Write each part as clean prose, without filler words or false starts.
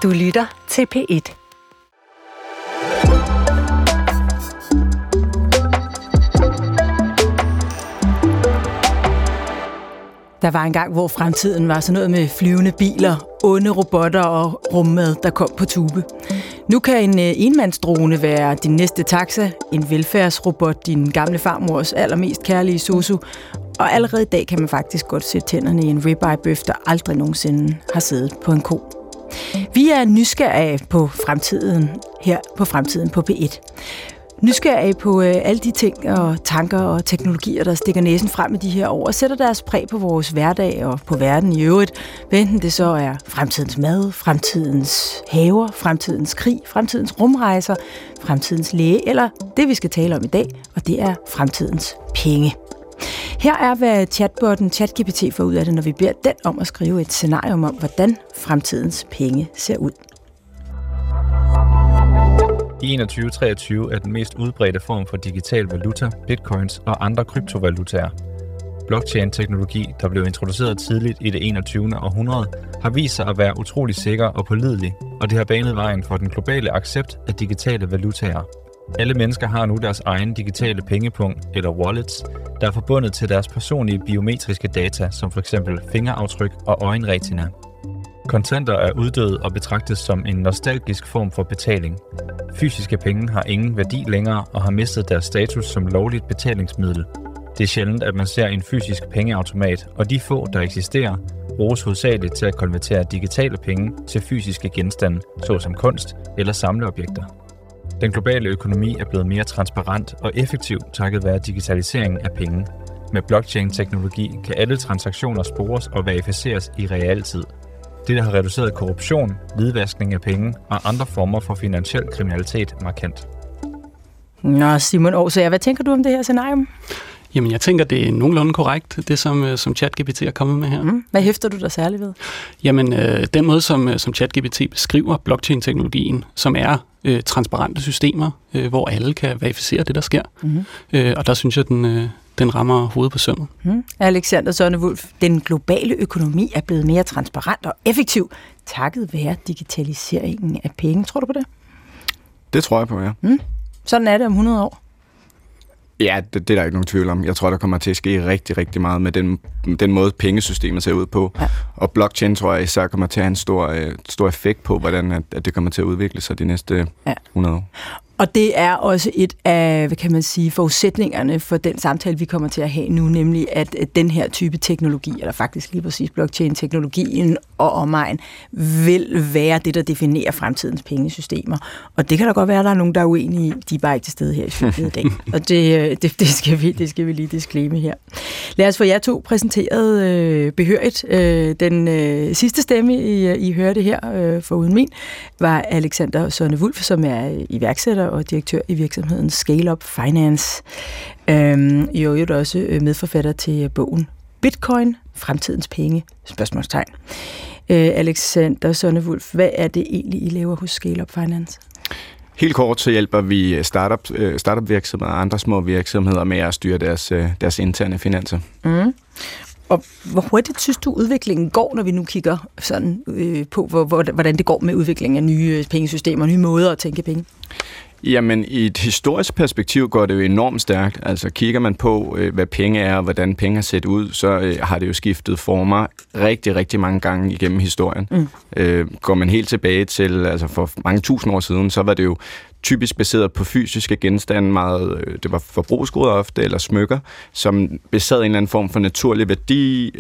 Du lytter til P1. Der var en gang, hvor fremtiden var sådan noget med flyvende biler, onde robotter og rummad, der kom på tube. Nu kan en enmandsdrone være din næste taxa, en velfærdsrobot, din gamle farmors allermest kærlige sosu, og allerede i dag kan man faktisk godt sætte tænderne i en ribeye-bøf, der aldrig nogensinde har siddet på en ko. Vi er nysgerrige på fremtiden her på Fremtiden på P1. Nysgerrige på alle de ting og tanker og teknologier, der stikker næsen frem i de her år og sætter deres præg på vores hverdag og på verden i øvrigt. Hvad enten det så er fremtidens mad, fremtidens haver, fremtidens krig, fremtidens rumrejser, fremtidens læge eller det, vi skal tale om i dag, og det er fremtidens penge. Her er, hvad chatbotten ChatGPT får ud af det, når vi beder den om at skrive et scenarium om, hvordan fremtidens penge ser ud. I 2023 er den mest udbredte form for digital valuta, bitcoins og andre kryptovalutaer. Blockchain-teknologi, der blev introduceret tidligt i det 21. århundrede, har vist sig at være utrolig sikker og pålidelig, og det har banet vejen for den globale accept af digitale valutaer. Alle mennesker har nu deres egen digitale pengepunkt eller wallets, der er forbundet til deres personlige biometriske data, som f.eks. fingeraftryk og øjenretina. Kontanter er uddøde og betragtes som en nostalgisk form for betaling. Fysiske penge har ingen værdi længere og har mistet deres status som lovligt betalingsmiddel. Det er sjældent, at man ser en fysisk pengeautomat, og de få, der eksisterer, bruges hovedsageligt til at konvertere digitale penge til fysiske genstande, såsom kunst eller samleobjekter. Den globale økonomi er blevet mere transparent og effektiv takket være digitaliseringen af penge. Med blockchain-teknologi kan alle transaktioner spores og verificeres i realtid. Det har reduceret korruption, hvidvaskning af penge og andre former for finansiel kriminalitet markant. Nå, Simon Aarsager, hvad tænker du om det her scenarium? Jamen, jeg tænker, det er nogenlunde korrekt, det som ChatGPT er kommet med her. Hvad hæfter du dig særligt ved? Jamen, den måde, som ChatGPT beskriver blockchain-teknologien, som er transparente systemer, hvor alle kan verificere det, der sker. Og der synes jeg, den rammer hovedet på sømmet. Alexander Sonne-Wulff, den globale økonomi er blevet mere transparent og effektiv, takket være digitaliseringen af penge. Tror du på det? Det tror jeg på, ja. Sådan er det om 100 år. Ja, det er der ikke nogen tvivl om. Jeg tror, der kommer til at ske rigtig, rigtig meget med den måde, pengesystemet ser ud på. Ja. Og blockchain, tror jeg, især kommer til at have en stor effekt på, hvordan at det kommer til at udvikle sig de næste 100 år. Og det er også et af, hvad kan man sige, forudsætningerne for den samtale, vi kommer til at have nu, nemlig at den her type teknologi, eller faktisk lige præcis blockchain-teknologien og omegn, vil være det, der definerer fremtidens pengesystemer. Og det kan da godt være, at der er nogen, der er uenige i. De er bare ikke til stede her i studiet i dag. Og det skal vi lige disclaimer her. Lad os få jer to præsenteret behørigt. Den sidste stemme, I hørte her foruden min, var Alexander Sonne-Wulff, som er iværksætter og direktør i virksomheden Scale Up Finance. I øvrigt også medforfatter til bogen Bitcoin, fremtidens penge, spørgsmålstegn. Alexander Sonne-Wulff, hvad er det egentlig, I laver hos Scale Up Finance? Helt kort så hjælper vi startup-virksomheder og andre små virksomheder med at styre deres interne finanser. Og hvor hurtigt synes du, udviklingen går, når vi nu kigger sådan, på, hvordan det går med udviklingen af nye pengesystemer, nye måder at tænke penge? Jamen, i et historisk perspektiv går det jo enormt stærkt. Altså, kigger man på, hvad penge er, og hvordan penge har set ud, så har det jo skiftet former rigtig, rigtig mange gange igennem historien. Går man helt tilbage til, altså for mange tusind år siden, så var det jo typisk baseret på fysiske genstande, det var forbrugsgoder ofte, eller smykker, som besad en eller anden form for naturlig værdi,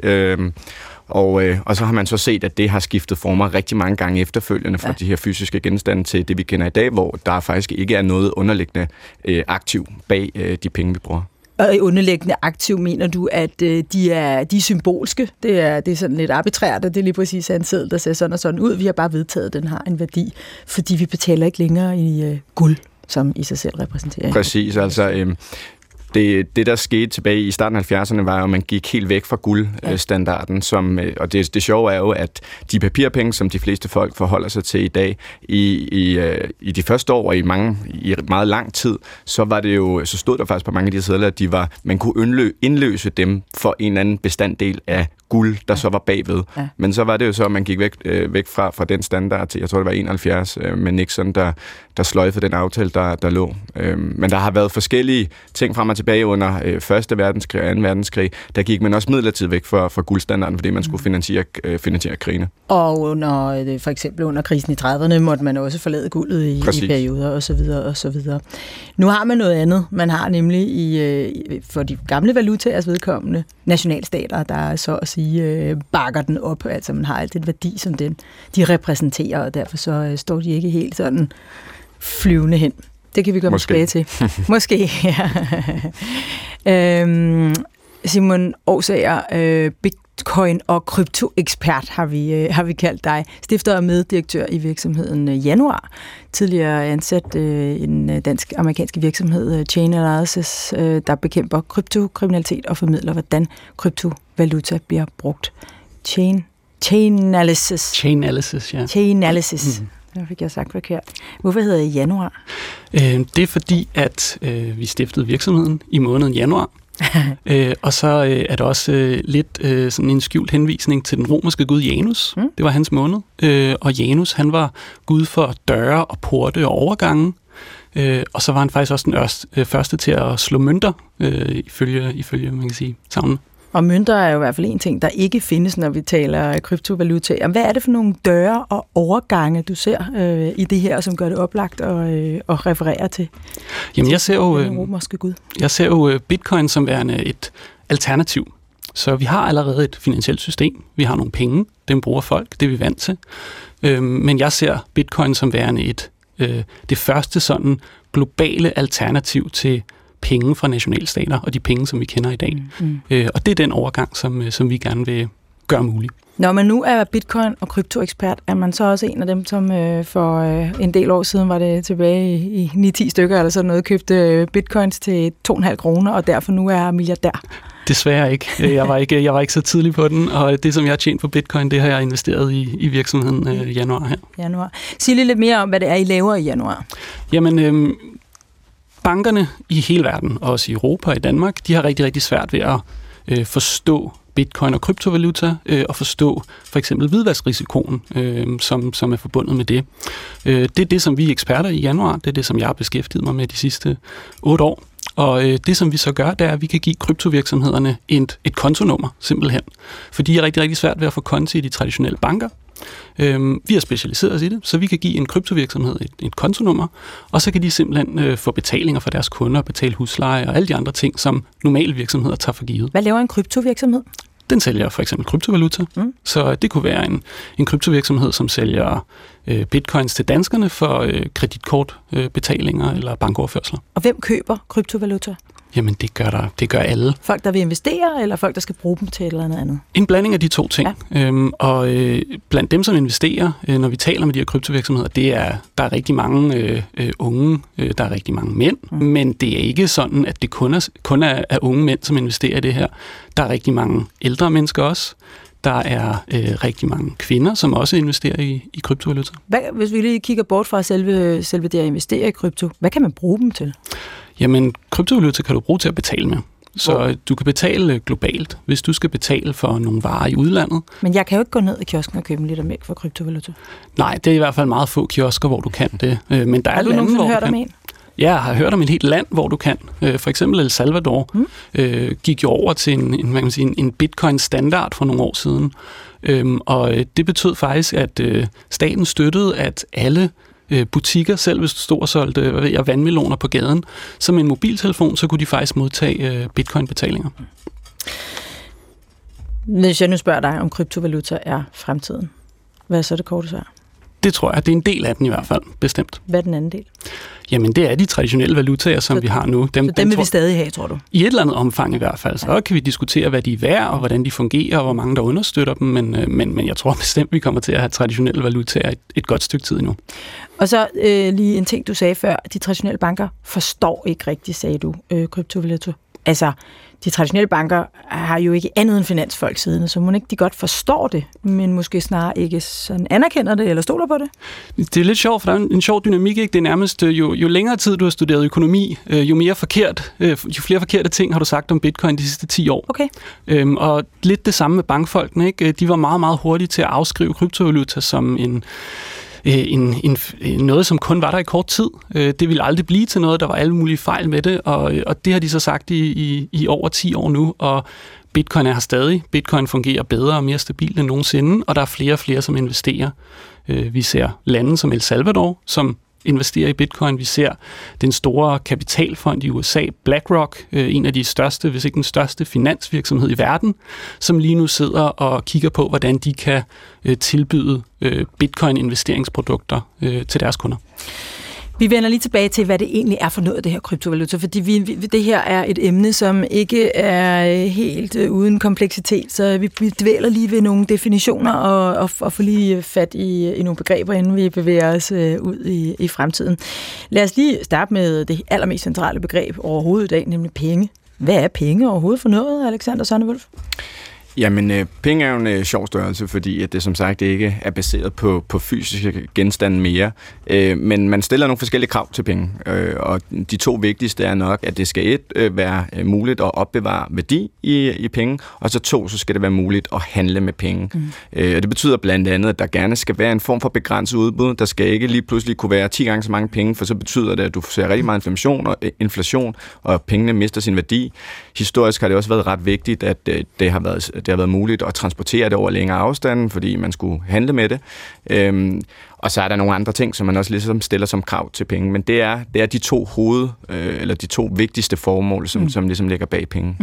og så har man så set, at det har skiftet former rigtig mange gange efterfølgende fra de her fysiske genstande til det, vi kender i dag, hvor der faktisk ikke er noget underliggende aktiv bag de penge, vi bruger. Og i underliggende aktiv mener du, at de er symbolske? Det er sådan lidt arbitrært, og det er lige præcis en seddel, der ser sådan og sådan ud. Vi har bare vedtaget, at den har en værdi, fordi vi betaler ikke længere i guld, som i sig selv repræsenterer. Præcis, altså Det, der skete tilbage i starten af 70'erne, var jo, at man gik helt væk fra guldstandarden, og det sjove er jo, at de papirpenge, som de fleste folk forholder sig til i dag, i de første år og i meget lang tid, så stod der faktisk på mange af de sedler, at man kunne indløse dem for en eller anden bestanddel af guld, der så var bagved. Ja. Men så var det jo så, at man gik væk fra den standard til, jeg tror det var 71, med Nixon, der sløjfede den aftale, der lå. Men der har været forskellige ting frem og tilbage under 1. verdenskrig og 2. verdenskrig. Der gik man også midlertidigt væk fra guldstandarden, fordi man skulle finansiere krigene. Og for eksempel under krisen i 30'erne måtte man også forlade guldet i perioder osv. Nu har man noget andet. Man har nemlig for de gamle valutaers vedkommende nationalstater, der så at sige bakker den op. Altså man har alt den værdi, som de repræsenterer, og derfor så står de ikke helt sådan flyvende hen. Det kan vi komme tilbage til. Måske, ja. Simon Aarsager, Bitcoin- og kryptoekspert har vi kaldt dig. Stifter og meddirektør i virksomheden Januar. Tidligere ansat en dansk-amerikansk virksomhed, Chainalysis, der bekæmper kryptokriminalitet og formidler, hvordan kryptovaluta bliver brugt. Chainalysis, ja. Chainalysis. Det fik jeg sagt forkert. Hvorfor hedder det Januar? Det er fordi, at vi stiftede virksomheden i måneden januar. Og så er der også lidt sådan en skjult henvisning til den romerske gud Janus. Det var hans måned. Og Janus, han var gud for døre og porte og overgange. Og så var han faktisk også den første til at slå mønter, ifølge man kan sige, savnet. Og mønter er jo i hvert fald en ting, der ikke findes, når vi taler kryptovaluta. Hvad er det for nogle døre og overgange, du ser i det her, som gør det oplagt at referere til? Jamen, jeg ser jo Bitcoin som værende et alternativ. Så vi har allerede et finansielt system. Vi har nogle penge. Dem bruger folk. Det er vi vant til. Men jeg ser Bitcoin som værende det første sådan globale alternativ til penge fra nationalstater, og de penge, som vi kender i dag. Og det er den overgang, som vi gerne vil gøre mulig. Når man nu er bitcoin- og kryptoekspert, er man så også en af dem, som for en del år siden, var det tilbage i 9-10 stykker, eller sådan noget, købte bitcoins til 2,5 kroner, og derfor nu er milliardær? Desværre ikke. Jeg var ikke så tidlig på den, og det, som jeg har tjent på bitcoin, det har jeg investeret i virksomheden januar her. Januar. Sig lidt mere om, hvad det er, I laver i januar. Jamen, bankerne i hele verden, også i Europa og i Danmark, de har rigtig, rigtig svært ved at forstå bitcoin og kryptovaluta og forstå for eksempel hvidvaskrisikoen, som er forbundet med det. Det er det, som vi er eksperter i januar. Det er det, som jeg har beskæftiget mig med de sidste 8 år. Og det, som vi så gør, det er, at vi kan give kryptovirksomhederne et kontonummer, simpelthen. For de er rigtig, rigtig svært ved at få konti i de traditionelle banker. Vi har specialiseret os i det, så vi kan give en kryptovirksomhed et kontonummer, og så kan de simpelthen få betalinger for deres kunder, betale husleje og alle de andre ting, som normale virksomheder tager for givet. Hvad laver en kryptovirksomhed? Den sælger for eksempel kryptovaluta. Så det kunne være en kryptovirksomhed, som sælger bitcoins til danskerne for kreditkortbetalinger eller bankoverførsler. Og hvem køber kryptovaluta? Jamen, det gør alle. Folk, der vil investere, eller folk, der skal bruge dem til et eller andet? En blanding af de to ting. Ja. Blandt dem, som investerer, når vi taler med de her kryptovirksomheder, der er rigtig mange unge, der er rigtig mange mænd, men det er ikke sådan, at det kun er unge mænd, som investerer i det her. Der er rigtig mange ældre mennesker også. Der er rigtig mange kvinder, som også investerer i kryptovaluta. Hvis vi lige kigger bort fra selve det at investere i krypto, hvad kan man bruge dem til? Jamen, kryptovaluta kan du bruge til at betale med. Så du kan betale globalt, hvis du skal betale for nogle varer i udlandet. Men jeg kan jo ikke gå ned i kiosken og købe en liter mælk for kryptovaluta. Nej, det er i hvert fald meget få kiosker, hvor du kan det. Men der er lande, hvor du hørt om en? Ja, jeg har hørt om et helt land, hvor du kan. For eksempel El Salvador gik jo over til en bitcoin-standard for nogle år siden. Og det betød faktisk, at staten støttede, at alle butikker, selv hvis du stod og solgte vandmeloner på gaden, så med en mobiltelefon, så kunne de faktisk modtage bitcoin-betalinger. Hvis jeg nu spørger dig, om kryptovaluta er fremtiden, hvad er så det korte svar? Det tror jeg. Det er en del af den i hvert fald, bestemt. Hvad er den anden del? Jamen, det er de traditionelle valutaer, som vi har nu. Dem vil vi stadig have, tror du? I et eller andet omfang i hvert fald. Så kan vi diskutere, hvad de er værd, og hvordan de fungerer, og hvor mange der understøtter dem. Men jeg tror bestemt, vi kommer til at have traditionelle valutaer et godt stykke tid endnu. Og så lige en ting, du sagde før. De traditionelle banker forstår ikke rigtigt, sagde du, kryptovaluta. altså, de traditionelle banker har jo ikke andet end finansfolk siddende, så må ikke de godt forstår det, men måske snarere ikke sådan anerkender det eller stoler på det? Det er lidt sjovt, for der er en sjov dynamik, ikke? Det er nærmest, jo længere tid du har studeret økonomi, jo flere forkerte ting har du sagt om Bitcoin de sidste 10 år. Okay. Og lidt det samme med bankfolkene, ikke? De var meget, meget hurtige til at afskrive kryptovaluta som noget, som kun var der i kort tid. Det ville aldrig blive til noget, der var alle mulige fejl med det, og det har de så sagt i over 10 år nu, og Bitcoin er her stadig. Bitcoin fungerer bedre og mere stabilt end nogensinde, og der er flere og flere, som investerer. Vi ser lande som El Salvador, som investerer i Bitcoin. Vi ser den store kapitalfond i USA, BlackRock, en af de største, hvis ikke den største finansvirksomhed i verden, som lige nu sidder og kigger på, hvordan de kan tilbyde Bitcoin-investeringsprodukter til deres kunder. Vi vender lige tilbage til, hvad det egentlig er for noget af det her kryptovaluta, fordi det her er et emne, som ikke er helt uden kompleksitet, så vi dvæler lige ved nogle definitioner og får lige fat i nogle begreber, inden vi bevæger os ud i fremtiden. Lad os lige starte med det allermest centrale begreb overhovedet i dag, nemlig penge. Hvad er penge overhovedet for noget, Alexander Sonnevolf? Jamen, penge er jo en sjov størrelse, fordi at det som sagt ikke er baseret på fysiske genstande mere. Men man stiller nogle forskellige krav til penge, og de to vigtigste er nok, at det skal være muligt at opbevare værdi i penge, og så to, så skal det være muligt at handle med penge. Og det betyder blandt andet, at der gerne skal være en form for begrænset udbud. Der skal ikke lige pludselig kunne være 10 gange så mange penge, for så betyder det, at du ser rigtig meget inflation, og pengene mister sin værdi. Historisk har det også været ret vigtigt, at det har været muligt at transportere det over længere afstanden, fordi man skulle handle med det. Og så er der nogle andre ting, som man også ligesom stiller som krav til penge. Men det er de to eller de to vigtigste formål, som ligesom ligger bag penge.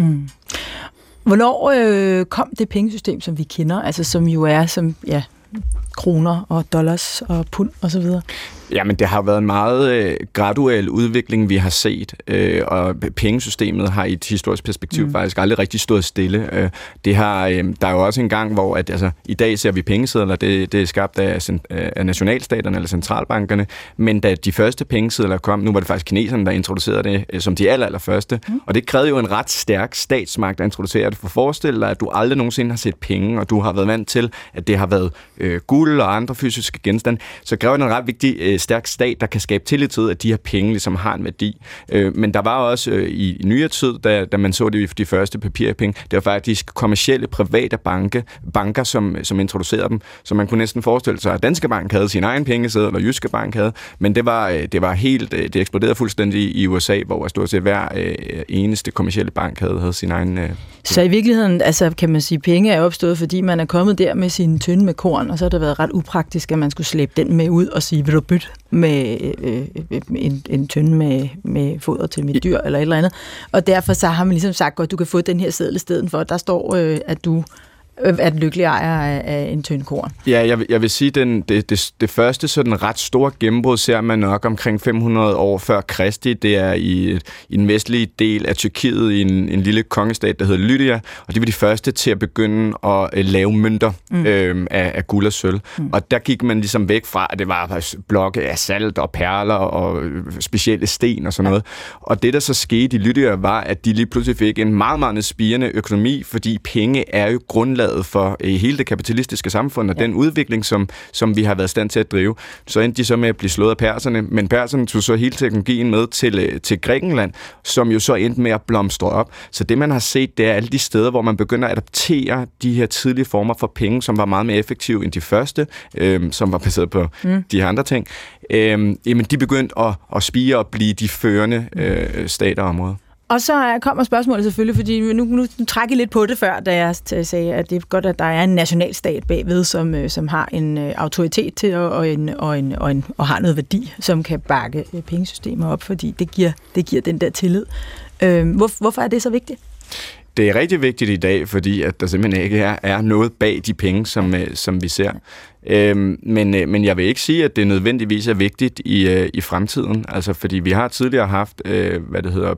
Hvornår kom det pengesystem, som vi kender, altså som jo er som kroner og dollars og pund og så videre? Jamen, det har været en meget graduel udvikling, vi har set, og pengesystemet har i et historisk perspektiv faktisk aldrig rigtig stået stille. Der er jo også en gang, hvor i dag ser vi pengesedler, det er skabt af nationalstaterne eller centralbankerne, men da de første pengesedler kom, nu var det faktisk kineserne, der introducerede det som de allerførste, og det krævede jo en ret stærk statsmagt at introducere det. For forestil dig, at du aldrig nogensinde har set penge, og du har været vant til, at det har været guld og andre fysiske genstande, så kræver det en ret vigtig stærk stat, der kan skabe tillid til, at de her penge ligesom har en værdi. Men der var også i nyere tid, da man så det i de første papirpenge, det var faktisk kommercielle private banker, som introducerede dem. Så man kunne næsten forestille sig, at Danske Bank havde sin egen pengeseddel, eller Jyske Bank havde, men det eksploderede fuldstændig i USA, hvor stort set hver eneste kommercielle bank havde sin egen. Så i virkeligheden, kan man sige, penge er opstået, fordi man er kommet der med sin tønde med korn, og så har det været ret upraktisk, at man skulle slæbe den med ud og sige, vil du bytte med en tønde med foder til mit dyr, eller et eller andet. Og derfor så har man ligesom sagt, at du kan få den her seddel i stedet for, der står, at du er den lykkelige ejer af en tynd korn. Ja, jeg vil sige, det første sådan ret store gennembrud ser man nok omkring 500 år før Kristi. Det er i den vestlige del af Tyrkiet, i en lille kongestat, der hedder Lydia, og de var de første til at begynde at lave mønter af guld og sølv. Og der gik man ligesom væk fra, at det var blokke af salt og perler og specielle sten og sådan noget. Og det, der så skete i Lydia, var, at de lige pludselig fik en meget, meget spirende økonomi, fordi penge er jo grundlaget for hele det kapitalistiske samfund, og den udvikling, som vi har været i stand til at drive. Så endte de så med at blive slået af perserne, men perserne tog så hele teknologien med til Grækenland, som jo så endte med at blomstre op. Så det, man har set, det er alle de steder, hvor man begynder at adaptere de her tidlige former for penge, som var meget mere effektive end de første, som var baseret på de her andre ting. Jamen, de begyndte at spire og blive de førende stater og områder. Og så kommer spørgsmålet selvfølgelig, fordi nu trækker jeg lidt på det før, da jeg sagde, at det er godt, at der er en nationalstat bagved, som har en autoritet til og har noget værdi, som kan bakke pengesystemer op, fordi det giver den der tillid. Hvorfor er det så vigtigt? Det er rigtig vigtigt i dag, fordi at der simpelthen ikke er noget bag de penge, som vi ser. Men jeg vil ikke sige, at det nødvendigvis er vigtigt i fremtiden. Altså, fordi vi har tidligere haft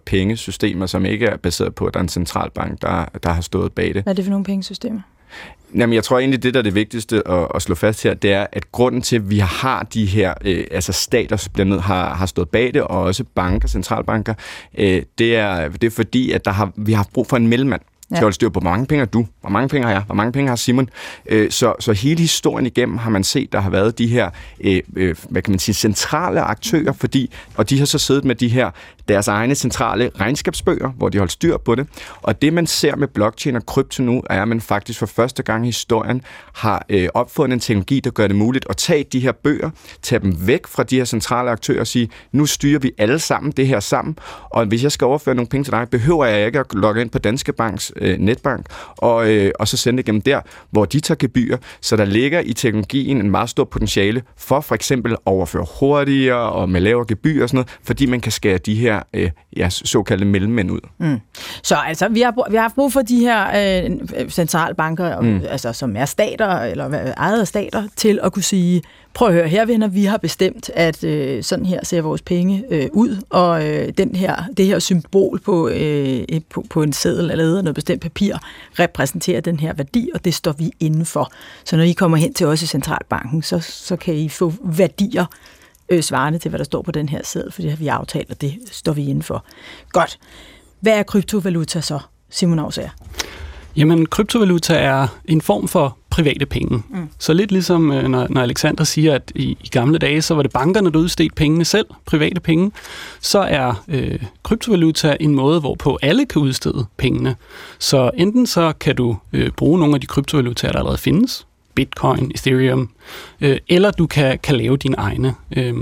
pengesystemer, som ikke er baseret på, at der er en centralbank, der har stået bag det. Hvad er det for nogle pengesystemer? Jamen, jeg tror egentlig, det der er det vigtigste at slå fast her, det er, at grunden til, at vi har de her, altså stater blandt andet har stået bag det, og også banker, centralbanker, det er fordi, at vi har haft brug for en mellemmand. Til at holde styr på, hvor mange penge har du, hvor mange penge har jeg, hvor mange penge har Simon. Så hele historien igennem har man set, der har været de her, hvad kan man sige, centrale aktører, og de har så siddet med de her, deres egne centrale regnskabsbøger, hvor de holder styr på det. Og det, man ser med blockchain og krypto nu, er, at man faktisk for første gang i historien har opfundet en teknologi, der gør det muligt at tage de her bøger, tage dem væk fra de her centrale aktører og sige, nu styrer vi alle sammen det her sammen, og hvis jeg skal overføre nogle penge til dig, behøver jeg ikke at logge ind på Danske Banks netbank, og så sende det gennem der, hvor de tager gebyrer, så der ligger i teknologien en meget stor potentiale for eksempel at overføre hurtigere og med lavere gebyr og sådan noget, fordi man kan skære de her såkaldte mellemmænd ud. Så altså, vi har haft brug for de her centralbanker, altså, som er stater, eller ejet af stater, til at kunne sige, prøv at høre, her venner, vi har bestemt, at sådan her ser vores penge ud, og det her symbol på en seddel eller noget bestemt papir repræsenterer den her værdi, og det står vi indenfor. Så når I kommer hen til os i centralbanken, så kan I få værdier svarende til, hvad der står på den her seddel, fordi vi har aftalt, og det står vi indenfor. Godt. Hvad er kryptovaluta så, Simon Augsager? Jamen, kryptovaluta er en form for private penge. Så lidt ligesom, når Alexander siger, at i gamle dage, så var det bankerne, der udstedte pengene selv, private penge, så er kryptovaluta en måde, hvorpå alle kan udstede pengene. Så enten så kan du bruge nogle af de kryptovalutaer, der allerede findes, Bitcoin, Ethereum, eller du kan lave dine egne.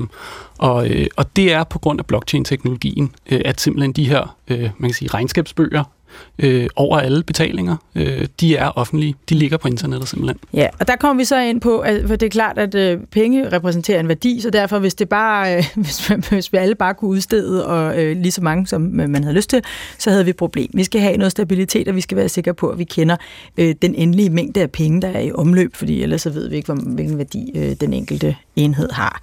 Og det er på grund af blockchain-teknologien, at simpelthen de her man kan sige, regnskabsbøger over alle betalinger, de er offentlige, de ligger på internettet simpelthen. Ja, og der kommer vi så ind på, for det er klart, at penge repræsenterer en værdi, så derfor hvis det bare, hvis vi alle bare kunne udstede og lige så mange, som man havde lyst til, så havde vi et problem. Vi skal have noget stabilitet, og vi skal være sikre på, at vi kender den endelige mængde af penge, der er i omløb, fordi ellers så ved vi ikke, hvilken værdi den enkelte enhed har.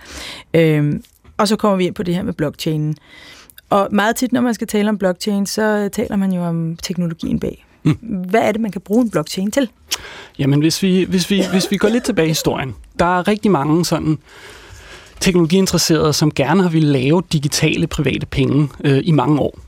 Og så kommer vi ind på det her med blockchainen. Og meget tit, når man skal tale om blockchain, så taler man jo om teknologien bag. Hvad er det, man kan bruge en blockchain til? Jamen, hvis vi går lidt tilbage i historien, der er rigtig mange sådan teknologiinteresserede, som gerne har ville lave digitale private penge i mange år.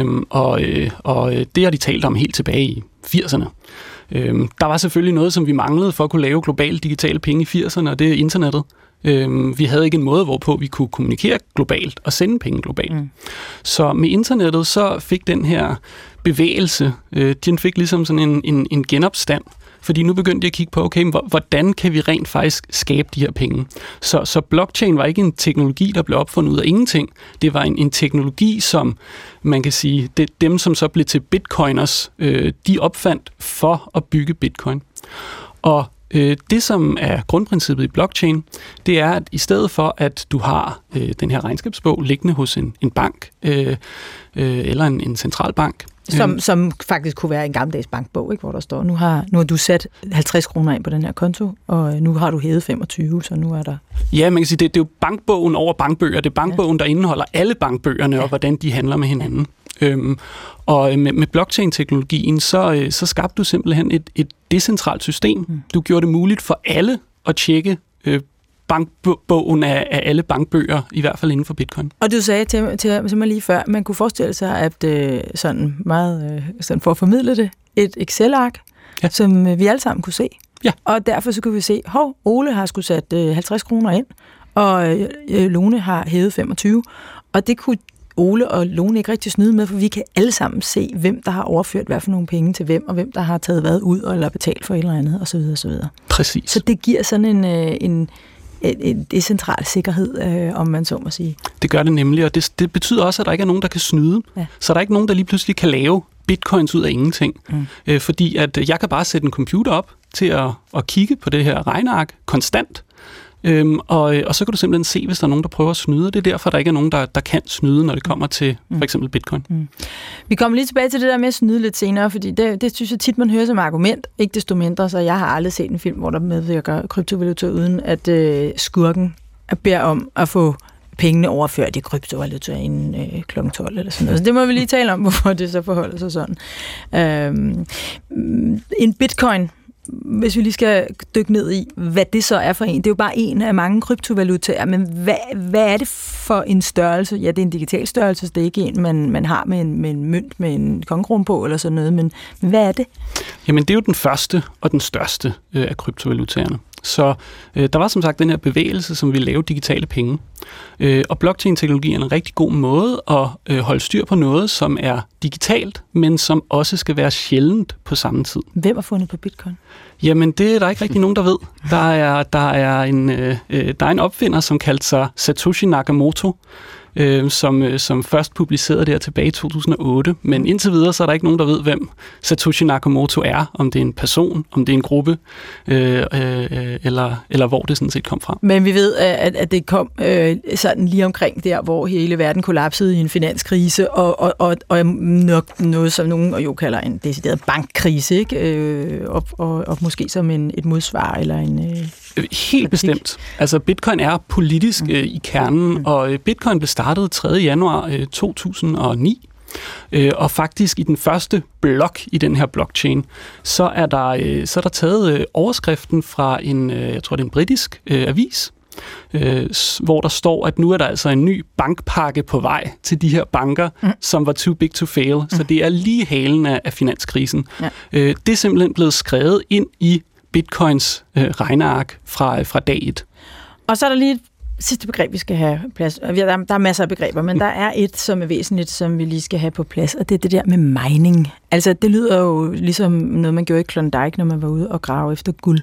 Og det har de talt om helt tilbage i 80'erne. Der var selvfølgelig noget, som vi manglede for at kunne lave globale digitale penge i 80'erne, og det er internettet. Vi havde ikke en måde, hvorpå vi kunne kommunikere globalt og sende penge globalt. Så med internettet, så fik den her bevægelse, den fik ligesom sådan en genopstand, fordi nu begyndte jeg at kigge på, okay, hvordan kan vi rent faktisk skabe de her penge? Så blockchain var ikke en teknologi, der blev opfundet ud af ingenting. Det var en teknologi, som man kan sige, dem som så blev til bitcoiners, de opfandt for at bygge bitcoin. Og det, som er grundprincippet i blockchain, det er, at i stedet for, at du har den her regnskabsbog liggende hos en bank eller en centralbank, Som faktisk kunne være en gammeldags bankbog, ikke, hvor der står, nu har du sat 50 kroner ind på den her konto, og nu har du hævet 25, så nu er der... Ja, man kan sige, det er jo bankbogen over bankbøger. Det er bankbogen, der indeholder alle bankbøgerne, og hvordan de handler med hinanden. Og med blockchain-teknologien, så skabte du simpelthen et decentralt system. Du gjorde det muligt for alle at tjekke bankbogen af alle bankbøger, i hvert fald inden for Bitcoin. Og du sagde til mig lige før, man kunne forestille sig, at sådan meget sådan for at formidle det, et Excel-ark, som vi alle sammen kunne se. Ja. Og derfor så kunne vi se, Ole har skulle sat 50 kroner ind, og Lone har hævet 25, og det kunne Ole og Lone ikke rigtig snyde med, for vi kan alle sammen se, hvem der har overført hvad for nogle penge til hvem, og hvem der har taget hvad ud, eller betalt for et eller andet, osv. osv. Præcis. Så det giver sådan en decentral sikkerhed, om man så må sige. Det gør det nemlig, og det betyder også, at der ikke er nogen, der kan snyde. Ja. Så der er ikke nogen, der lige pludselig kan lave bitcoins ud af ingenting. Fordi at jeg kan bare sætte en computer op til at kigge på det her regneark konstant, og så kan du simpelthen se, hvis der er nogen, der prøver at snyde. Det er derfor, der ikke er nogen, der kan snyde, når det kommer til for eksempel bitcoin. Vi kommer lige tilbage til det der med at snyde lidt senere, fordi det synes jeg tit, man hører som argument. Ikke desto mindre, så jeg har aldrig set en film, hvor der medvirker kryptovaluta, uden at skurken beder om at få pengene overført i kryptovaluta inden kl. 12 eller sådan noget. Så det må vi lige tale om, hvorfor det så forholder sig sådan. En bitcoin hvis vi lige skal dykke ned i, hvad det så er for en. Det er jo bare en af mange kryptovalutaer, men hvad er det for en størrelse? Ja, det er en digital størrelse, så det er ikke en, man har med en mønt med en kongekrone på eller sådan noget, men hvad er det? Jamen, det er jo den første og den største af kryptovalutaerne. Så der var som sagt den her bevægelse, som vil lave digitale penge. Og blockchain-teknologi er en rigtig god måde at holde styr på noget, som er digitalt, men som også skal være sjældent på samme tid. Hvem har fundet på bitcoin? Jamen, det er der ikke rigtig nogen, der ved. Der er en opfinder, som kaldte sig Satoshi Nakamoto, som først publicerede det her tilbage i 2008. Men indtil videre, så er der ikke nogen, der ved, hvem Satoshi Nakamoto er. Om det er en person, om det er en gruppe, eller hvor det sådan set kom fra. Men vi ved, at det kom sådan lige omkring der, hvor hele verden kollapsede i en finanskrise, og nok noget, som nogen jo kalder en decideret bankkrise, ikke? Og måske som et modsvar eller en... Helt bestemt. Altså, bitcoin er politisk i kernen, og bitcoin blev startet 3. januar 2009. Og faktisk i den første blok i den her blockchain, så er der taget overskriften fra jeg tror det er en britisk avis, hvor der står, at nu er der altså en ny bankpakke på vej til de her banker, som var too big to fail. Så det er lige halen af finanskrisen. Ja. Det er simpelthen blevet skrevet ind i Bitcoins regneark fra dag 1. Og så er der lige et sidste begreb, vi skal have plads. Der er masser af begreber, men der er et, som er væsentligt, som vi lige skal have på plads, og det er det der med mining. Altså, det lyder jo ligesom noget, man gjorde i Klondike, når man var ude og grave efter guld.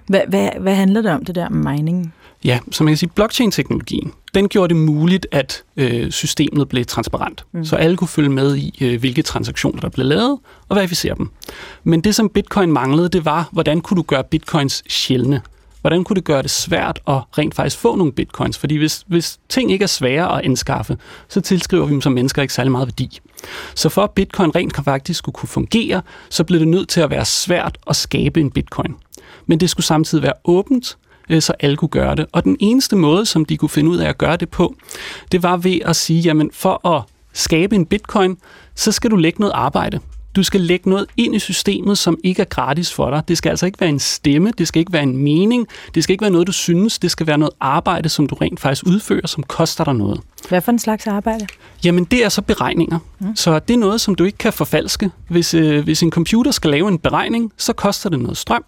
Hvad handler det om, det der mining? Ja, så man kan sige, blockchain-teknologien, den gjorde det muligt, at systemet blev transparent. Så alle kunne følge med i, hvilke transaktioner, der blev lavet, og verificere dem. Men det, som bitcoin manglede, det var, hvordan kunne du gøre bitcoins sjældne? Hvordan kunne det gøre det svært at rent faktisk få nogle bitcoins? Fordi hvis ting ikke er svære at anskaffe, så tilskriver vi dem som mennesker ikke særlig meget værdi. Så for at bitcoin rent faktisk skulle kunne fungere, så blev det nødt til at være svært at skabe en bitcoin. Men det skulle samtidig være åbent, så alle kunne gøre det. Og den eneste måde, som de kunne finde ud af at gøre det på, det var ved at sige, jamen for at skabe en bitcoin, så skal du lægge noget arbejde. Du skal lægge noget ind i systemet, som ikke er gratis for dig. Det skal altså ikke være en stemme, det skal ikke være en mening, det skal ikke være noget, du synes, det skal være noget arbejde, som du rent faktisk udfører, som koster dig noget. Hvad for en slags arbejde? Jamen, det er så beregninger. Så det er noget, som du ikke kan forfalske. Hvis en computer skal lave en beregning, så koster det noget strøm.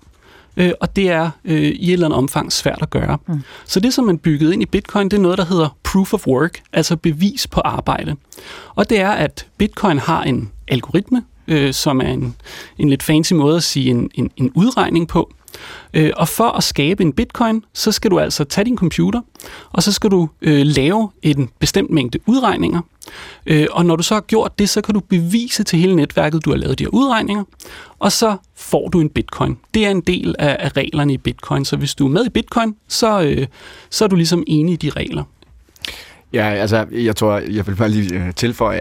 Og det er i et eller andet omfang svært at gøre. Så det, som man byggede ind i Bitcoin, det er noget, der hedder proof of work, altså bevis på arbejde. Og det er, at Bitcoin har en algoritme, som er en lidt fancy måde at sige en udregning på. Og for at skabe en bitcoin, så skal du altså tage din computer, og så skal du lave en bestemt mængde udregninger. Og når du så har gjort det, så kan du bevise til hele netværket, du har lavet de her udregninger, og så får du en bitcoin. Det er en del af reglerne i bitcoin, så hvis du er med i bitcoin, så er du ligesom enig i de regler. Ja, altså, jeg tror, jeg vil bare lige tilføje,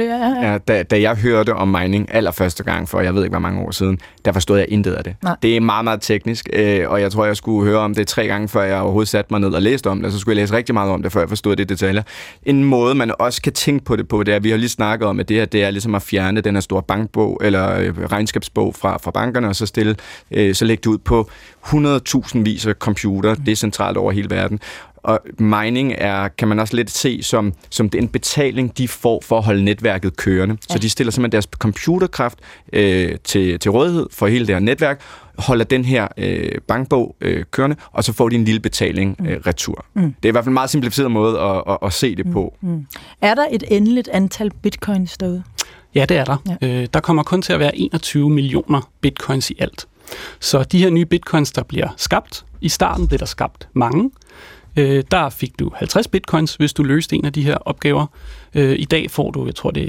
at da jeg hørte om mining allerførste gang for, jeg ved ikke, hvor mange år siden, der forstod jeg intet af det. Nej. Det er meget, meget teknisk, og jeg tror, jeg skulle høre om det 3 gange, før jeg overhovedet satte mig ned og læste om det, og så skulle jeg læse rigtig meget om det, før jeg forstod det detaljer. En måde, man også kan tænke på det på, det er, vi har lige snakket om, at det her, det er ligesom at fjerne den her store bankbog, eller regnskabsbog fra bankerne, og så lægge det ud på 100.000 vis af computer, decentralt over hele verden. Og mining kan man også lidt se som den betaling, de får for at holde netværket kørende. Ja. Så de stiller simpelthen deres computerkraft til rådighed for hele det her netværk, holder den her bankbog kørende, og så får de en lille betaling retur. Det er i hvert fald en meget simplificeret måde at se det på. Er der et endeligt antal bitcoins derude? Ja, det er der. Ja. Der kommer kun til at være 21 millioner bitcoins i alt. Så de her nye bitcoins, der bliver skabt, i starten blev der skabt mange. Der fik du 50 bitcoins, hvis du løste en af de her opgaver. I dag får du, jeg tror det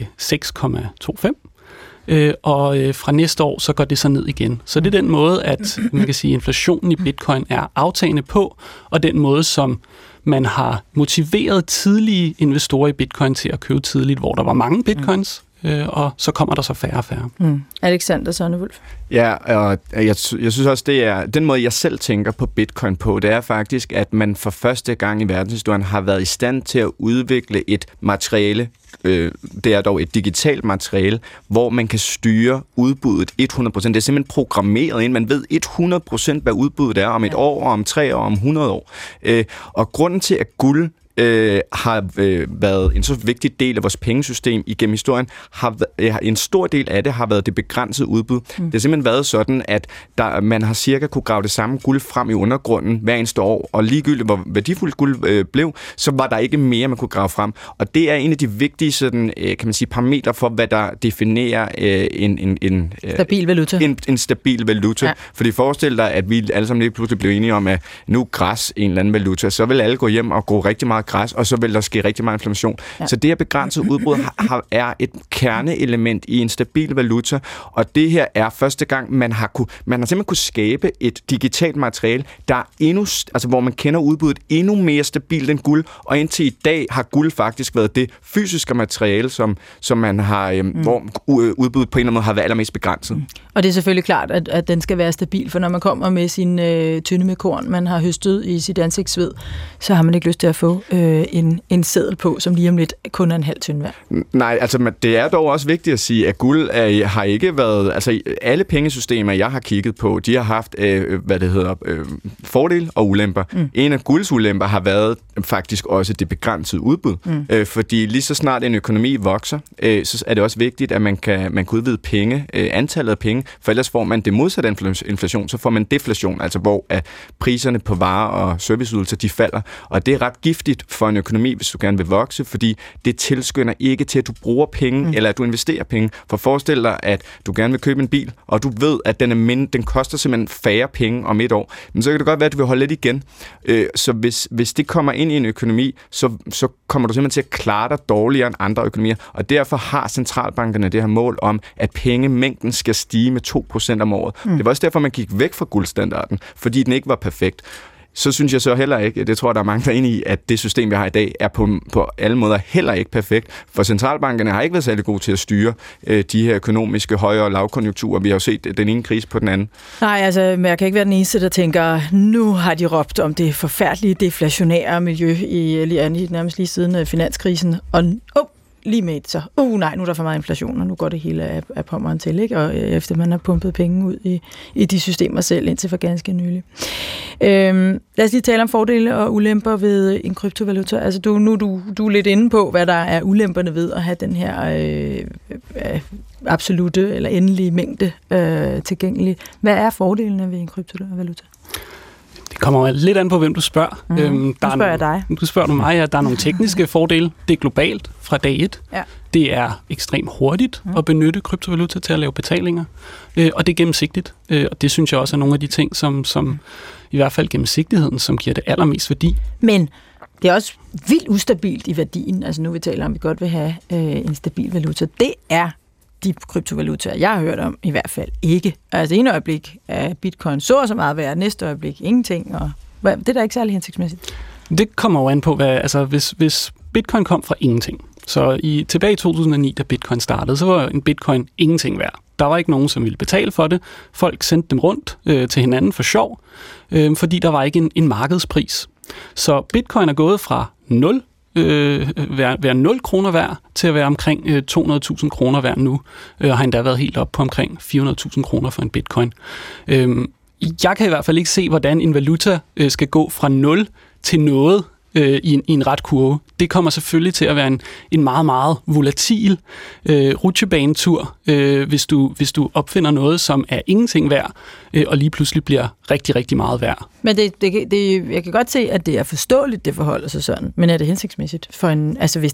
er 6,25. Og fra næste år, så går det så ned igen. Så det er den måde, at man kan sige, inflationen i bitcoin er aftagende på, og den måde, som man har motiveret tidlige investorer i bitcoin til at købe tidligt, hvor der var mange bitcoins, og så kommer der så færre og færre. Alexander Sonnewulf. Ja, og jeg synes også, det er den måde, jeg selv tænker på bitcoin på, det er faktisk, at man for første gang i verdenshistorien har været i stand til at udvikle et materiale, det er dog et digitalt materiale, hvor man kan styre udbuddet 100%. Det er simpelthen programmeret ind. Man ved 100% hvad udbuddet er om et år, om 3 år, om 100 år. Og grunden til, at guld har været en så vigtig del af vores pengesystem igennem historien, en stor del af det har været det begrænsede udbud. Det har simpelthen været sådan, at man har cirka kunne grave det samme guld frem i undergrunden hver eneste år, og ligegyldigt hvor værdifuldt guld blev, så var der ikke mere, man kunne grave frem. Og det er en af de vigtige sådan, kan man sige, parametre for, hvad der definerer en stabil valuta. En stabil valuta. Ja. Fordi forestil dig, at vi alle sammen lige pludselig blev enige om, at nu er græs en eller anden valuta, så vil alle gå hjem og gå rigtig meget græs, og så vil der ske rigtig meget inflation. Ja. Så det her begrænsede udbrud er et kerneelement i en stabil valuta, og det her er første gang, man har simpelthen kunne skabe et digitalt materiale, der er hvor man kender udbuddet endnu mere stabilt end guld, og indtil i dag har guld faktisk været det fysiske materiale, som man har, hvor udbuddet på en eller anden måde har været allermest begrænset. Og det er selvfølgelig klart, at den skal være stabil, for når man kommer med sin tynde med korn, man har høstet i sit ansigtsved, så har man ikke lyst til at få en seddel på, som lige om lidt kun er en halv tynde hver. Nej, altså det er dog også vigtigt at sige, at guld har ikke været, altså alle pengesystemer, jeg har kigget på, de har haft, fordele og ulemper. En af gulds ulemper har været faktisk også det begrænsede udbud, fordi lige så snart en økonomi vokser, så er det også vigtigt, at man kan udvide antallet af penge, for ellers får man det modsatte inflation, så får man deflation, altså hvor priserne på varer og serviceydelser, de falder, og det er ret giftigt for en økonomi, hvis du gerne vil vokse, fordi det tilskynder ikke til, at du bruger penge, eller at du investerer penge. For forestil dig, at du gerne vil købe en bil, og du ved, at den koster simpelthen færre penge om et år. Men så kan det godt være, at du vil holde lidt igen. Så hvis det kommer ind i en økonomi, så kommer du simpelthen til at klare dig dårligere end andre økonomier. Og derfor har centralbankerne det her mål om, at pengemængden skal stige med 2% om året. Det var også derfor, man gik væk fra guldstandarden, fordi den ikke var perfekt. Så synes jeg så heller ikke, det tror jeg, der er mange, der er enige i, at det system, vi har i dag, er på alle måder heller ikke perfekt. For centralbankerne har ikke været særlig gode til at styre de her økonomiske høj- og lavkonjunkturer. Vi har jo set den ene krise på den anden. Nej, altså, jeg kan ikke være den eneste, der tænker, nu har de råbt om det forfærdelige deflationære miljø nærmest lige siden finanskrisen. Og lige med så, nej, nu er der for meget inflation, og nu går det hele af pommeren til, ikke? Og efter man har pumpet penge ud i de systemer selv, indtil for ganske nylig. Lad os lige tale om fordele og ulemper ved en kryptovaluta. Altså, du er lidt inde på, hvad der er ulemperne ved at have den her absolute eller endelige mængde tilgængelig. Hvad er fordelene ved en kryptovaluta? Det kommer lidt an på, hvem du spørger. Nu spørger jeg dig. Du spørger mig, at der er nogle tekniske fordele. Det er globalt fra dag 1. Ja. Det er ekstremt hurtigt at benytte kryptovaluta til at lave betalinger. Og det er gennemsigtigt. Og det synes jeg også er nogle af de ting, som i hvert fald gennemsigtigheden, som giver det allermest værdi. Men det er også vildt ustabilt i værdien. Altså nu vi taler om, at vi godt vil have en stabil valuta. Det er de kryptovalutaer, jeg har hørt om, i hvert fald ikke. Altså en øjeblik er bitcoin så meget værd, næste øjeblik ingenting, og det er da ikke særlig hensigtsmæssigt. Det kommer jo an på, hvis bitcoin kom fra ingenting. Så tilbage i 2009, da bitcoin startede, så var en bitcoin ingenting værd. Der var ikke nogen, som ville betale for det. Folk sendte dem rundt til hinanden for sjov, fordi der var ikke en markedspris. Så bitcoin er gået fra 0 være 0 kroner værd til at være omkring 200.000 kroner værd nu, og har endda været helt op på omkring 400.000 kroner for en bitcoin. Jeg kan i hvert fald ikke se, hvordan en valuta skal gå fra 0 til noget i en ret kurve. Det kommer selvfølgelig til at være en meget, meget volatil rutsjebanetur, hvis du opfinder noget, som er ingenting værd, og lige pludselig bliver rigtig, rigtig meget værd. Men jeg kan godt se, at det er forståeligt, det forholder sig sådan, men er det hensigtsmæssigt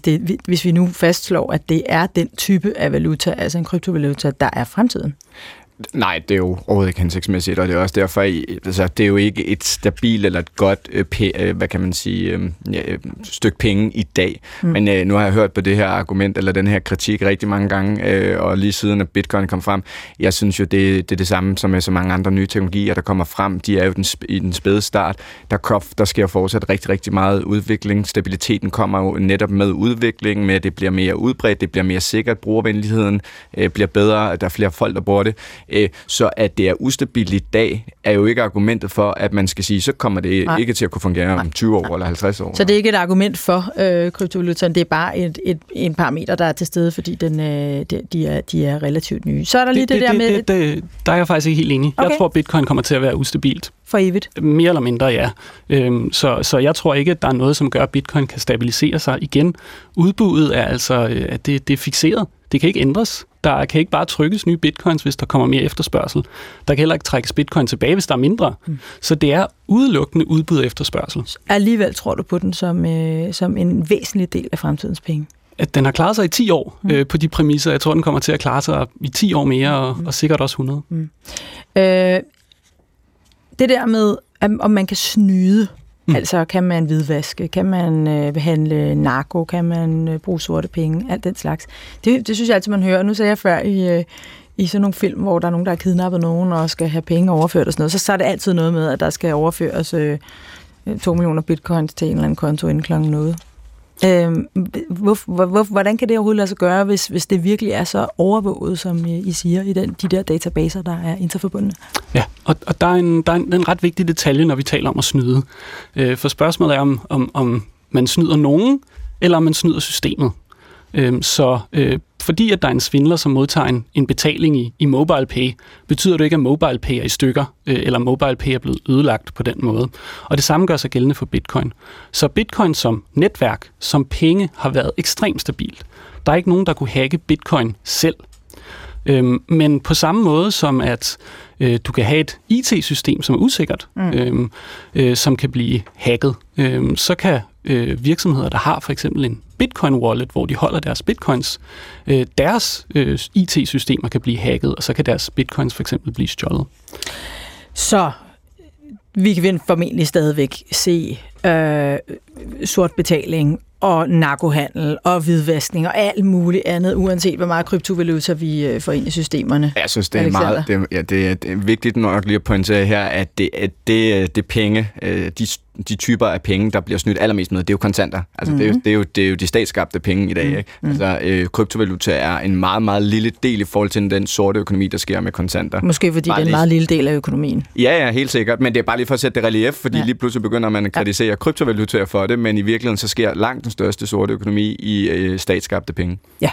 hvis vi nu fastslår, at det er den type af valuta, altså en kryptovaluta, der er fremtiden? Nej, det er jo overhovedet ikke hensigtsmæssigt, og det er også derfor, altså, det er jo ikke et stabilt eller et godt, hvad kan man sige, stykke penge i dag. Men nu har jeg hørt på det her argument, eller den her kritik rigtig mange gange, og lige siden at Bitcoin kom frem, jeg synes jo, det er det samme som med så mange andre nye teknologier, der kommer frem. De er jo i den spæde start. Der sker fortsat rigtig, rigtig meget udvikling. Stabiliteten kommer jo netop med udviklingen, med at det bliver mere udbredt, det bliver mere sikkert, brugervenligheden bliver bedre, der er flere folk, der bruger det. Så at det er ustabilt i dag, er jo ikke argumentet for, at man skal sige, så kommer det ikke til at kunne fungere om 20 år eller 50 år. Så det er ikke et argument for kryptovalutaen, det er bare en parameter, der er til stede, fordi de er relativt nye. Så er der lige det der med... Der er jeg faktisk ikke helt enig. Okay. Jeg tror, Bitcoin kommer til at være ustabilt. For evigt? Mere eller mindre, ja. Så jeg tror ikke, at der er noget, som gør, at Bitcoin kan stabilisere sig igen. Udbuddet er altså, at det er fikseret. Det kan ikke ændres. Der kan ikke bare trykkes nye bitcoins, hvis der kommer mere efterspørgsel. Der kan heller ikke trækkes bitcoin tilbage, hvis der er mindre. Så det er udelukkende udbud og efterspørgsel. Alligevel tror du på den som en væsentlig del af fremtidens penge? At den har klaret sig i 10 år på de præmisser. Jeg tror, den kommer til at klare sig i 10 år mere, og sikkert også 100. Det der med, om man kan snyde, altså kan man hvidvaske, kan man behandle narko, kan man bruge sorte penge, alt den slags. Det synes jeg altid, man hører. Nu sagde jeg før i sådan nogle film, hvor der er nogen, der har kidnappet nogen og skal have penge overført og sådan noget, så er det altid noget med, at der skal overføres 2 millioner bitcoins til en eller anden konto inden klokken noget. Hvordan kan det overhovedet lade sig gøre, hvis det virkelig er så overvåget, som I siger, i de der databaser, der er interforbundne? Ja, og der er en ret vigtig detalje, når vi taler om at snyde. For spørgsmålet er, om man snyder nogen, eller om man snyder systemet. Fordi at der er en svindler, som modtager en betaling i MobilePay, betyder det ikke, at MobilePay er i stykker, eller MobilePay er blevet ødelagt på den måde. Og det samme gør sig gældende for Bitcoin. Så Bitcoin som netværk, som penge, har været ekstremt stabilt. Der er ikke nogen, der kunne hacke Bitcoin selv. Men på samme måde som at du kan have et IT-system, som er usikkert, som kan blive hacket, så kan virksomheder, der har for eksempel en Bitcoin-wallet, hvor de holder deres bitcoins, deres IT-systemer kan blive hacket, og så kan deres bitcoins for eksempel blive stjålet. Så vi kan formentlig stadigvæk se sort betaling og narkohandel og hvidvaskning og alt muligt andet, uanset hvor meget kryptovaluta vi får ind i systemerne. Jeg synes, det er vigtigt nok lige at pointere her, at det penge, de typer af penge, der bliver snydt allermest med, det er jo kontanter. Altså, det er jo de statsskabte penge i dag. Ikke? Altså, kryptovaluta er en meget, meget lille del i forhold til den sorte økonomi, der sker med kontanter. Måske fordi det er en meget lille del af økonomien. Ja, helt sikkert. Men det er bare lige for at sætte det relief, fordi lige pludselig begynder man at kritisere kryptovalutaer for det, men i virkeligheden så sker langt den største sorte økonomi i statsskabte penge. Ja.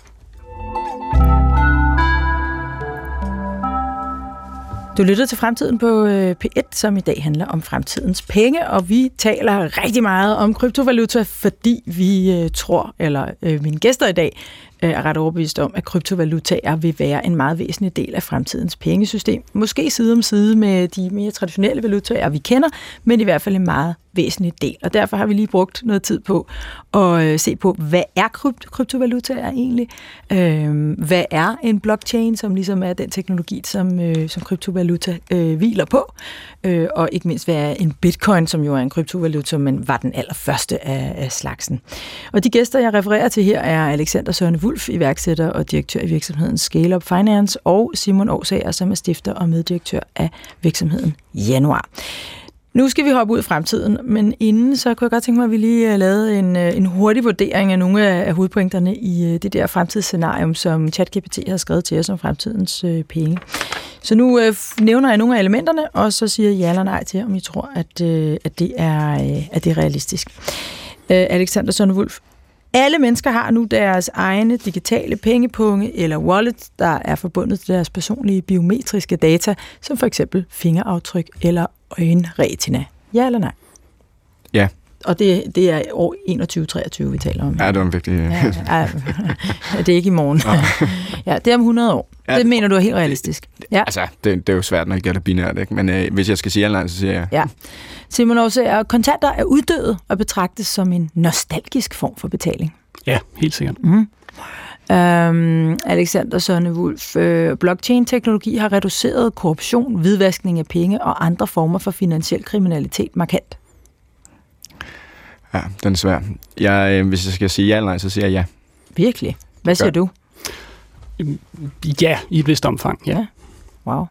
Du lytter til Fremtiden på P1, som i dag handler om fremtidens penge, og vi taler rigtig meget om kryptovaluta, fordi vi tror, eller mine gæster i dag er ret overbevist om, at kryptovalutaer vil være en meget væsentlig del af fremtidens pengesystem. Måske side om side med de mere traditionelle valutaer, vi kender, men i hvert fald en meget væsentlig del. Og derfor har vi lige brugt noget tid på at se på, hvad er kryptovalutaer egentlig? Hvad er en blockchain, som ligesom er den teknologi, som kryptovaluta hviler på? Og ikke mindst, hvad er en bitcoin, som jo er en kryptovaluta, men var den allerførste af slagsen. Og de gæster, jeg refererer til her, er Alexander Sørne Wulff, iværksætter og direktør i virksomheden Scale Up Finance, og Simon Aarsager, som er stifter og meddirektør af virksomheden Januar. Nu skal vi hoppe ud i fremtiden, men inden så kunne jeg godt tænke mig, at vi lige lavede en hurtig vurdering af nogle af hovedpointerne i det der fremtidsscenarium, som ChatGPT har skrevet til os om fremtidens penge. Så nu nævner jeg nogle af elementerne, og så siger jeg ja eller nej til, om I tror, at det er realistisk. Alexander Sørne Wulff. Alle mennesker har nu deres egne digitale pengepunge eller wallet, der er forbundet til deres personlige biometriske data, som for eksempel fingeraftryk eller øjenretina. Ja eller nej? Ja. Og det er år 21-23, vi taler om. Ja, det var virkelig... Ja, det er ikke i morgen. Ja, det er om 100 år. Ja, det mener du er helt realistisk. Ja. Altså, det er jo svært, når jeg gør det binært, ikke? Men hvis jeg skal sige eller nej, så siger jeg... Ja. Simon Aarsager, kontanter er uddøde og betragtes som en nostalgisk form for betaling. Ja, helt sikkert. Alexander Sonnewulf, blockchain-teknologi har reduceret korruption, hvidvaskning af penge og andre former for finansiel kriminalitet markant. Ja, den er svær. Hvis jeg skal sige ja eller nej, så siger jeg ja. Virkelig? Hvad siger du? Ja, i et vist omfang, ja. Wow.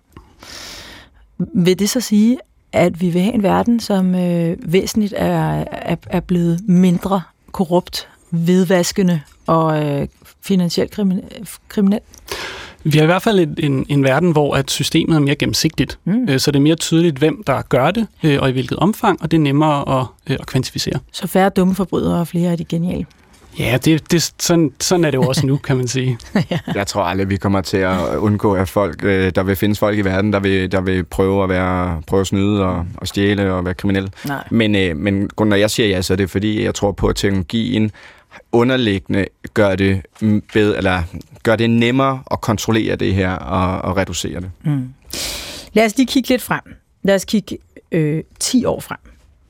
Vil det så sige, at vi vil have en verden, som væsentligt er blevet mindre korrupt, hvidvaskende og finansielt kriminel? Vi har i hvert fald en verden, hvor at systemet er mere gennemsigtigt. Så det er mere tydeligt, hvem der gør det, og i hvilket omfang, og det er nemmere at kvantificere. Så færre dumme forbrydere og flere af de geniale? Ja, sådan er det jo også nu, kan man sige. Ja. Jeg tror aldrig, vi kommer til at undgå, at der vil findes folk i verden, der vil prøve at snyde og stjæle og være kriminelle. Men når jeg siger ja, så er det fordi, jeg tror på, at teknologien underliggende gør det bedre, eller gør det nemmere at kontrollere det her og reducere det. Lad os lige kigge lidt frem. Lad os kigge 10 år frem.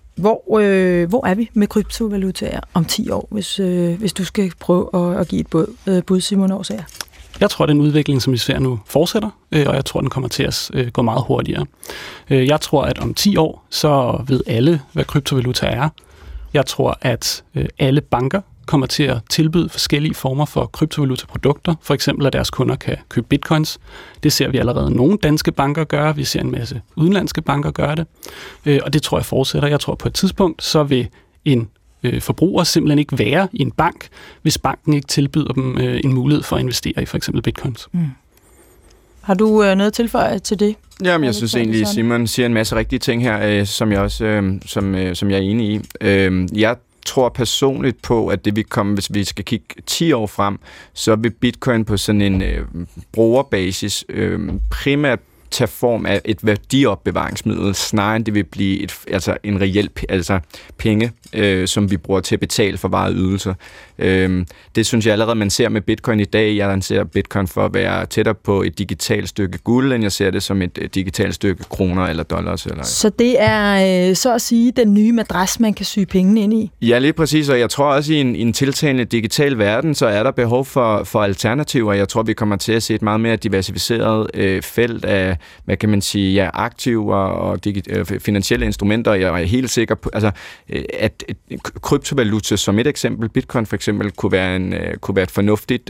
Hvor er vi med kryptovalutaer om 10 år, hvis du skal prøve at give et bud, Simon Aarsager? Jeg tror, den udvikling, som vi ser nu, fortsætter, og jeg tror, den kommer til at gå meget hurtigere. Jeg tror, at om 10 år, så ved alle, hvad kryptovaluta er. Jeg tror, at alle banker kommer til at tilbyde forskellige former for kryptovalutaprodukter. For eksempel, at deres kunder kan købe bitcoins. Det ser vi allerede nogle danske banker gøre. Vi ser en masse udenlandske banker gøre det. Og det tror jeg fortsætter. Jeg tror, på et tidspunkt, så vil en forbruger simpelthen ikke være i en bank, hvis banken ikke tilbyder dem en mulighed for at investere i for eksempel bitcoins. Har du noget at tilføje til det? Jamen, jeg synes egentlig, Simon siger en masse rigtige ting her, som jeg også som jeg er enig i. Jeg tror personligt på, at det vil komme, hvis vi skal kigge 10 år frem, så vil bitcoin på sådan en brugerbasis primært tage form af et værdiopbevaringsmiddel, snarere end det vil blive en reel penge, som vi bruger til at betale for varer og ydelser. Det synes jeg allerede, man ser med bitcoin i dag. Jeg anser bitcoin for at være tættere på et digitalt stykke guld, end jeg ser det som et digitalt stykke kroner eller dollars. Så det er så at sige den nye madras, man kan syge pengene ind i? Ja, lige præcis, og jeg tror også, i en tiltagende digital verden, så er der behov for alternativer. Jeg tror, vi kommer til at se et meget mere diversificeret felt af, hvad kan man sige, aktiver og finansielle instrumenter. Jeg er helt sikker på, at kryptovaluta som et eksempel, bitcoin for eksempel, kunne være et fornuftigt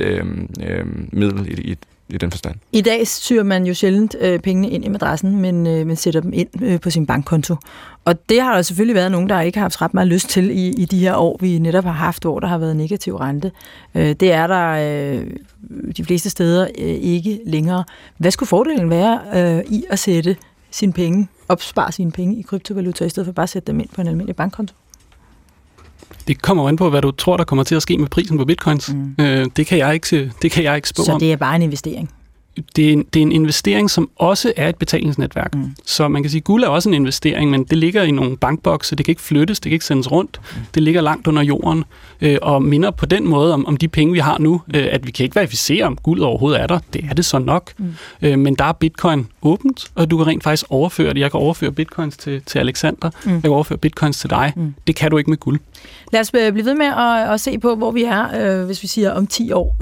middel i den forstand. I dag syr man jo sjældent pengene ind i madrassen, men sætter dem ind på sin bankkonto. Og det har der selvfølgelig været nogen, der ikke har haft ret meget lyst til i de her år, vi netop har haft, hvor der har været negativ rente. Det er der de fleste steder ikke længere. Hvad skulle fordelen være i at sætte sine penge, opspare sine penge i kryptovaluta, i stedet for bare at sætte dem ind på en almindelig bankkonto? Det kommer an på, hvad du tror, der kommer til at ske med prisen på bitcoins. Det kan jeg ikke spå om. Så det er bare en investering? Det er en investering, som også er et betalingsnetværk. Så man kan sige, at guld er også en investering, men det ligger i nogle bankbokse. Det kan ikke flyttes, det kan ikke sendes rundt. Det ligger langt under jorden og minder på den måde om de penge, vi har nu, at vi kan ikke verificere, om guld overhovedet er der. Det er det så nok. Men der er bitcoin åbent, og du kan rent faktisk overføre det. Jeg kan overføre bitcoins til Alexander. Jeg kan overføre bitcoins til dig. Det kan du ikke med guld. Lad os blive ved med at se på, hvor vi er, hvis vi siger om 10 år.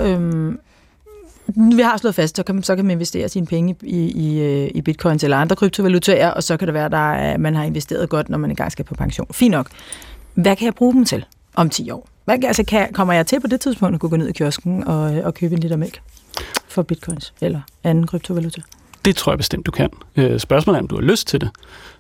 Vi har slået fast, så kan man investere sine penge i bitcoins eller andre kryptovalutaer, og så kan det være, at man har investeret godt, når man engang skal på pension. Fint nok. Hvad kan jeg bruge dem til om 10 år? Kommer jeg til på det tidspunkt at kunne gå ned i kiosken og købe en liter mælk for bitcoins eller anden kryptovaluta? Det tror jeg bestemt, du kan. Spørgsmålet er, om du har lyst til det.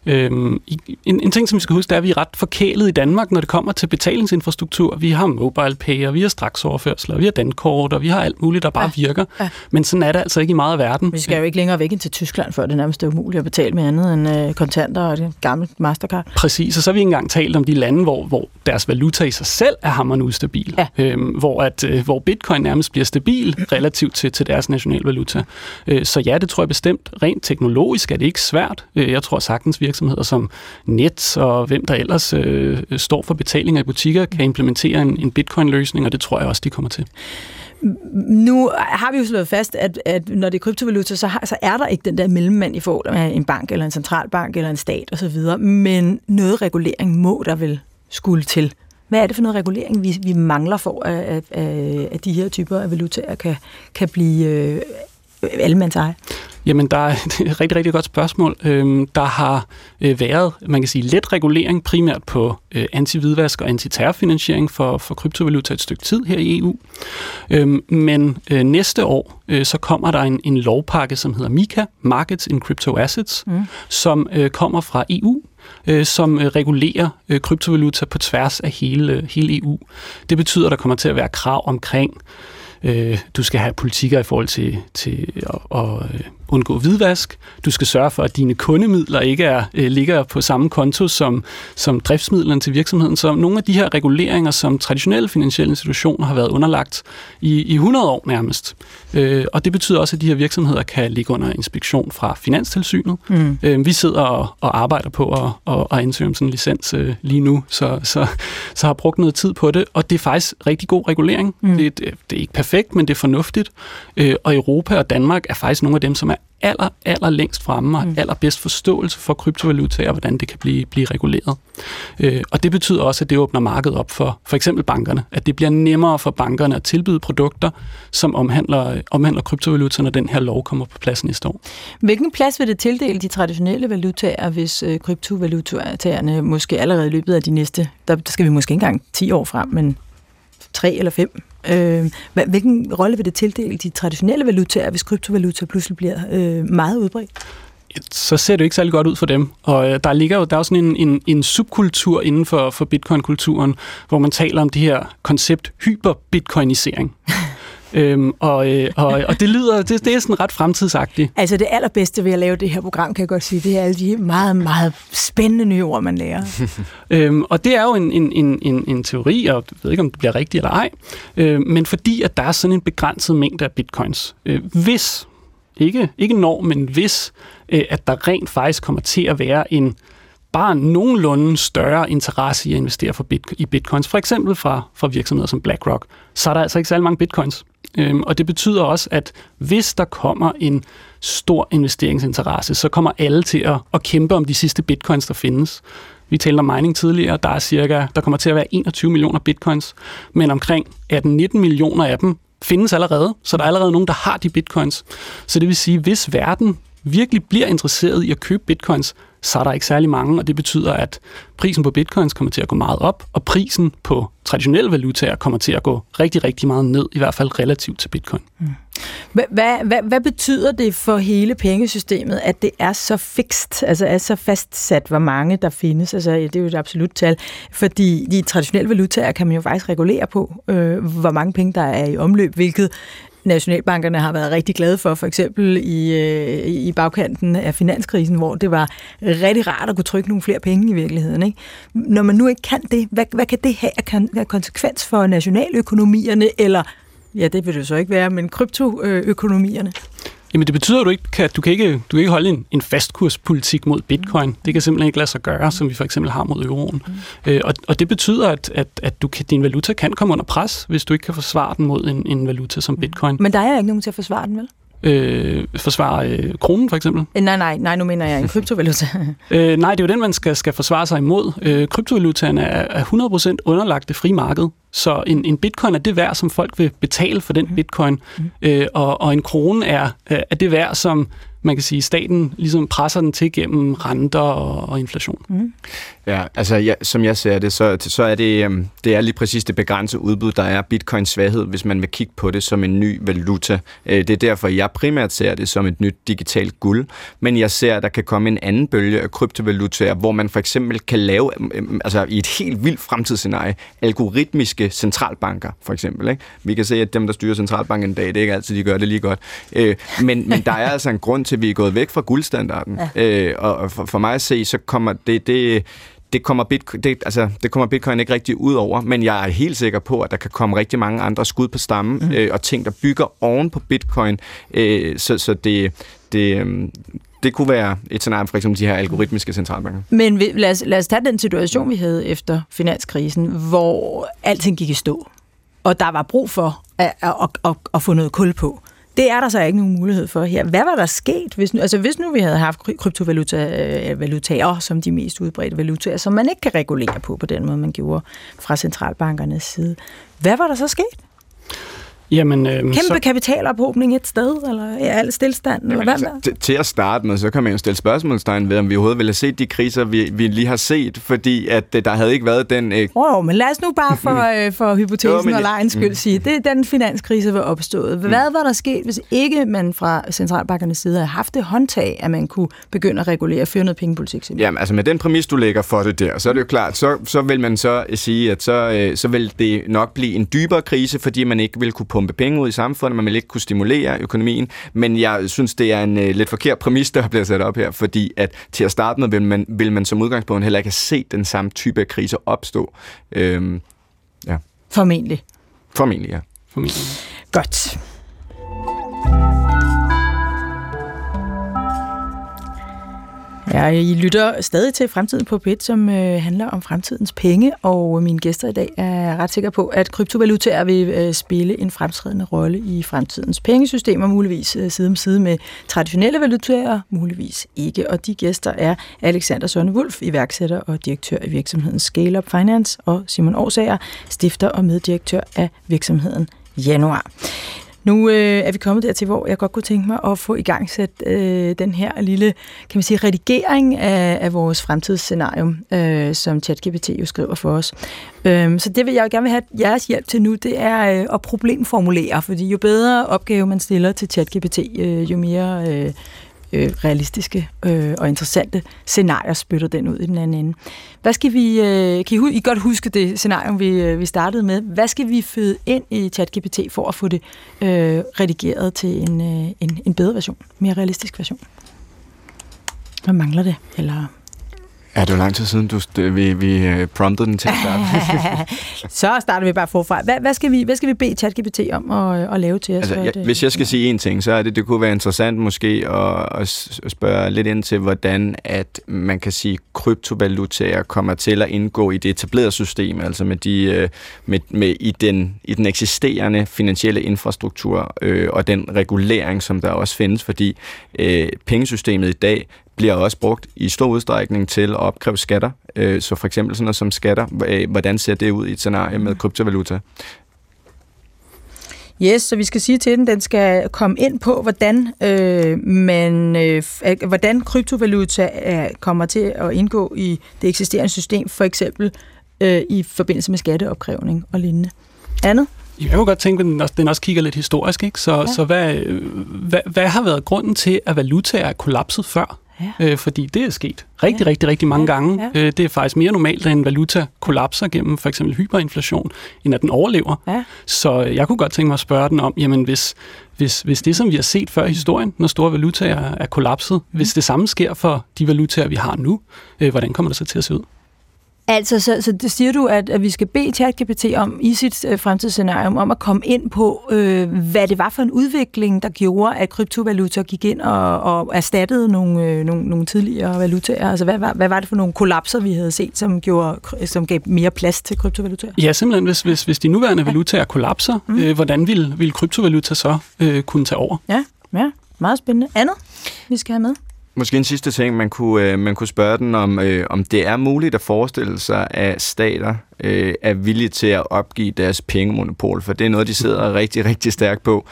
En ting, som vi skal huske, det er, at vi er ret forkælet i Danmark, når det kommer til betalingsinfrastruktur. Vi har MobilePay, og vi har straksoverførsler, vi har dankort, og vi har alt muligt, der bare virker. Ja. Men sådan er det altså ikke i meget af verden. Vi skal jo ikke længere væk ind til Tyskland, før det nærmest er umuligt at betale med andet end kontanter og et gammelt Mastercard. Præcis, og så har vi ikke engang talt om de lande, hvor deres valuta i sig selv er hammerende ustabil. Ja. Hvor bitcoin nærmest bliver stabil relativt til deres nationalvaluta. Så ja, det tror jeg bestemt. Rent teknologisk er det ikke svært. Jeg tror sagtens virksomheder som Nets og hvem der ellers står for betalinger i butikker, kan implementere en bitcoin-løsning, og det tror jeg også, de kommer til. Nu har vi jo slået fast, at når det er kryptovaluta, så er der ikke den der mellemmand i forhold af en bank, eller en centralbank, eller en stat osv., men noget regulering må der vel skulle til. Hvad er det for noget regulering, vi mangler for, at de her typer af valutaer kan blive allemandseje? Jamen, der er et rigtig, rigtig godt spørgsmål. Der har været, man kan sige, let regulering primært på anti-hvidvask og anti-terrorfinansiering for kryptovaluta et stykke tid her i EU. Men næste år, så kommer der en lovpakke, som hedder MiCA, Markets in Crypto Assets, som kommer fra EU, som regulerer kryptovaluta på tværs af hele EU. Det betyder, at der kommer til at være krav omkring, du skal have politikker i forhold til at undgå hvidvask. Du skal sørge for, at dine kundemidler ikke ligger på samme konto som driftsmidlerne til virksomheden. Så nogle af de her reguleringer, som traditionelle finansielle institutioner har været underlagt i 100 år nærmest. Og det betyder også, at de her virksomheder kan ligge under inspektion fra Finanstilsynet. Vi sidder og arbejder på at ansøge om sådan en licens lige nu, så har brugt noget tid på det, og det er faktisk rigtig god regulering. Det er ikke perfekt, men det er fornuftigt. Og Europa og Danmark er faktisk nogle af dem, som er aller længst fremme og allerbedst forståelse for kryptovalutaer og hvordan det kan blive reguleret. Og det betyder også, at det åbner markedet op for eksempel bankerne, at det bliver nemmere for bankerne at tilbyde produkter, som omhandler kryptovalutaer, når den her lov kommer på plads næste år. Hvilken plads vil det tildele de traditionelle valutaer, hvis kryptovalutaerne måske allerede i løbet af de næste, der skal vi måske ikke engang 10 år frem, men 3 eller 5. Hvilken rolle vil det tildele de traditionelle valutaer, hvis kryptovaluta pludselig bliver meget udbredt? Så ser det ikke særlig godt ud for dem. Og der er jo sådan en subkultur inden for bitcoin-kulturen, hvor man taler om det her koncept hyper-bitcoinisering. Og det lyder, det er sådan ret fremtidsagtigt. Altså det allerbedste ved at lave det her program, kan jeg godt sige, det er alle de meget, meget spændende nye ord, man lærer. Og det er jo en teori, og jeg ved ikke, om det bliver rigtigt eller ej, men fordi at der er sådan en begrænset mængde af bitcoins. Hvis, ikke når, men hvis, at der rent faktisk kommer til at være en bare nogenlunde større interesse i at investere i bitcoins, for eksempel fra virksomheder som BlackRock, så er der altså ikke særlig mange bitcoins. Og det betyder også, at hvis der kommer en stor investeringsinteresse, så kommer alle til at kæmpe om de sidste bitcoins, der findes. Vi talte om mining tidligere, der kommer til at være 21 millioner bitcoins, men omkring 18-19 millioner af dem findes allerede, så der er allerede nogen, der har de bitcoins. Så det vil sige, hvis verden virkelig bliver interesseret i at købe bitcoins, så er der ikke særlig mange, og det betyder, at prisen på bitcoins kommer til at gå meget op, og prisen på traditionelle valutaer kommer til at gå rigtig, rigtig meget ned, i hvert fald relativt til bitcoin. Hvad betyder det for hele pengesystemet, at det er så fikst, altså er så fastsat, hvor mange der findes? Altså det er jo et absolut tal, fordi de traditionelle valutaer kan man jo faktisk regulere på, hvor mange penge der er i omløb, hvilket nationalbankerne har været rigtig glade for eksempel i bagkanten af finanskrisen, hvor det var rigtig rart at kunne trykke nogle flere penge i virkeligheden. Ikke? Når man nu ikke kan det, hvad kan det have konsekvens for nationaløkonomierne, eller, ja, det vil det så ikke være, men kryptoøkonomierne? Jamen det betyder, at du kan ikke holde en fastkurspolitik mod bitcoin. Det kan simpelthen ikke lade sig gøre, som vi for eksempel har mod euroen. Og det betyder, at din valuta kan komme under pres, hvis du ikke kan forsvare den mod en valuta som bitcoin. Men der er ikke nogen til at forsvare den, vel? Forsvare kronen for eksempel? Nej, nu mener jeg en kryptovaluta. Nej, det er jo den, man skal forsvare sig imod. Kryptovalutaerne er 100% underlagt det frie marked, så en bitcoin er det værd, som folk vil betale for den bitcoin, og en krone er det værd, som man kan sige, staten ligesom presser den til gennem renter og inflation. Ja, altså som jeg ser det, så er det er lige præcis det begrænsede udbud, der er bitcoins svaghed, hvis man vil kigge på det som en ny valuta. Det er derfor, jeg primært ser det som et nyt digitalt guld, men jeg ser, at der kan komme en anden bølge af kryptovalutaer, hvor man for eksempel kan lave, altså i et helt vildt fremtidsscenarie, algoritmiske centralbanker, for eksempel. Ikke? Vi kan se, at dem, der styrer centralbanken i dag, det er ikke altid, de gør det lige godt. Men der er altså en grund til, at vi er gået væk fra guldstandarden. Ja. Og for mig at se, så kommer det kommer Bitcoin ikke rigtig ud over, men jeg er helt sikker på, at der kan komme rigtig mange andre skud på stammen, og ting, der bygger oven på Bitcoin, så det kunne være et scenarie for eksempel de her algoritmiske centralbanker. Men lad os tage den situation, vi havde efter finanskrisen, hvor alting gik i stå, og der var brug for at få noget kul på. Det er der så ikke nogen mulighed for her. Hvad var der sket, hvis nu vi havde haft kryptovalutaer som de mest udbredte valutaer, som man ikke kan regulere på den måde, man gjorde fra centralbankernes side? Hvad var der så sket? Jamen, kæmpe kapitalophobning et sted, eller alt stillstand? Eller hvad? Til at starte med, så kan man jo stille spørgsmålstegn ved, om vi overhovedet ville have set de kriser, vi lige har set, fordi at der havde ikke været den... men lad os nu bare for hypotesen og legens skyld sige, det er den finanskrise var opstået. Hvad var der sket, hvis ikke man fra centralbankernes side havde haft det håndtag, at man kunne begynde at regulere og føre noget pengepolitik? Simpelthen? Jamen, altså med den præmis, du lægger for det der, så er det jo klart, så vil man så sige, at så vil det nok blive en dybere krise, fordi man ikke vil kunne pumpe penge ud i samfundet, man vil ikke kunne stimulere økonomien, men jeg synes, det er en lidt forkert præmis, der bliver sat op her, fordi at til at starte med vil man som udgangspunkt heller ikke have set den samme type af kriser opstå. Ja. Formentlig. Formentlig, ja. Formentlig. Godt. Ja, I lytter stadig til Fremtiden på P1, som handler om fremtidens penge, og mine gæster i dag er ret sikre på, at kryptovalutaer vil spille en fremtrædende rolle i fremtidens pengesystemer, muligvis side om side med traditionelle valutaer, muligvis ikke. Og de gæster er Alexander Sonne Wulff, iværksætter og direktør i virksomheden Scale Up Finance, og Simon Aarsager, stifter og meddirektør af virksomheden Januar. Nu er vi kommet dertil, hvor jeg godt kunne tænke mig at få igangsat den her lille, kan man sige, redigering af vores fremtidsscenario, som ChatGPT jo skriver for os. Så det vil jeg gerne have jeres hjælp til nu, det er at problemformulere, fordi jo bedre opgave man stiller til ChatGPT, jo mere realistiske og interessante scenarier spytter den ud i den anden ende. Hvad skal vi, kan I godt huske det scenario, vi startede med? Hvad skal vi føde ind i ChatGPT for at få det redigeret til en bedre version, mere realistisk version? Hvad mangler det? Eller... Ja, det var lang tid siden, vi promptede den til at starte. Så starter vi bare forfra. Hvad skal vi bede ChatGPT om at lave til os? Altså, hvis jeg skal sige en ting, så er det kunne være interessant måske at spørge lidt ind til, hvordan at man kan sige, kryptovalutaer kommer til at indgå i det etablerede system, altså i den eksisterende finansielle infrastruktur og den regulering, som der også findes, fordi pengesystemet i dag bliver også brugt i stor udstrækning til at opkræve skatter. Så for eksempel sådan noget som skatter. Hvordan ser det ud i et scenarie med kryptovaluta? Yes, så vi skal sige til den skal komme ind på, hvordan kryptovaluta kommer til at indgå i det eksisterende system, for eksempel i forbindelse med skatteopkrævning og lignende. Andet? Jeg kunne godt tænke, at den også kigger lidt historisk, ikke? Så hvad har været grunden til, at valutaer er kollapset før? Ja. Fordi det er sket rigtig mange gange. Ja. Det er faktisk mere normalt, at en valuta kollapser gennem for eksempel hyperinflation, end at den overlever. Ja. Så jeg kunne godt tænke mig at spørge den om, jamen hvis det, som vi har set før i historien, når store valutaer er kollapset, hvis det samme sker for de valutaer, vi har nu, hvordan kommer det så til at se ud? Altså, så det siger du, at vi skal bede ChatGPT om i sit fremtidsscenario om at komme ind på, hvad det var for en udvikling, der gjorde, at kryptovaluta gik ind og erstattede nogle tidligere valutaer. Altså, hvad var det for nogle kollapser, vi havde set, som gav mere plads til kryptovalutaer? Ja, simpelthen, hvis de nuværende valutaer kollapser, hvordan vil kryptovaluta så kunne tage over? Ja, meget spændende. Andet, vi skal have med? Måske en sidste ting, man kunne spørge den om det er muligt at forestille sig, at stater er villige til at opgive deres pengemonopol, for det er noget, de sidder rigtig, rigtig stærkt på.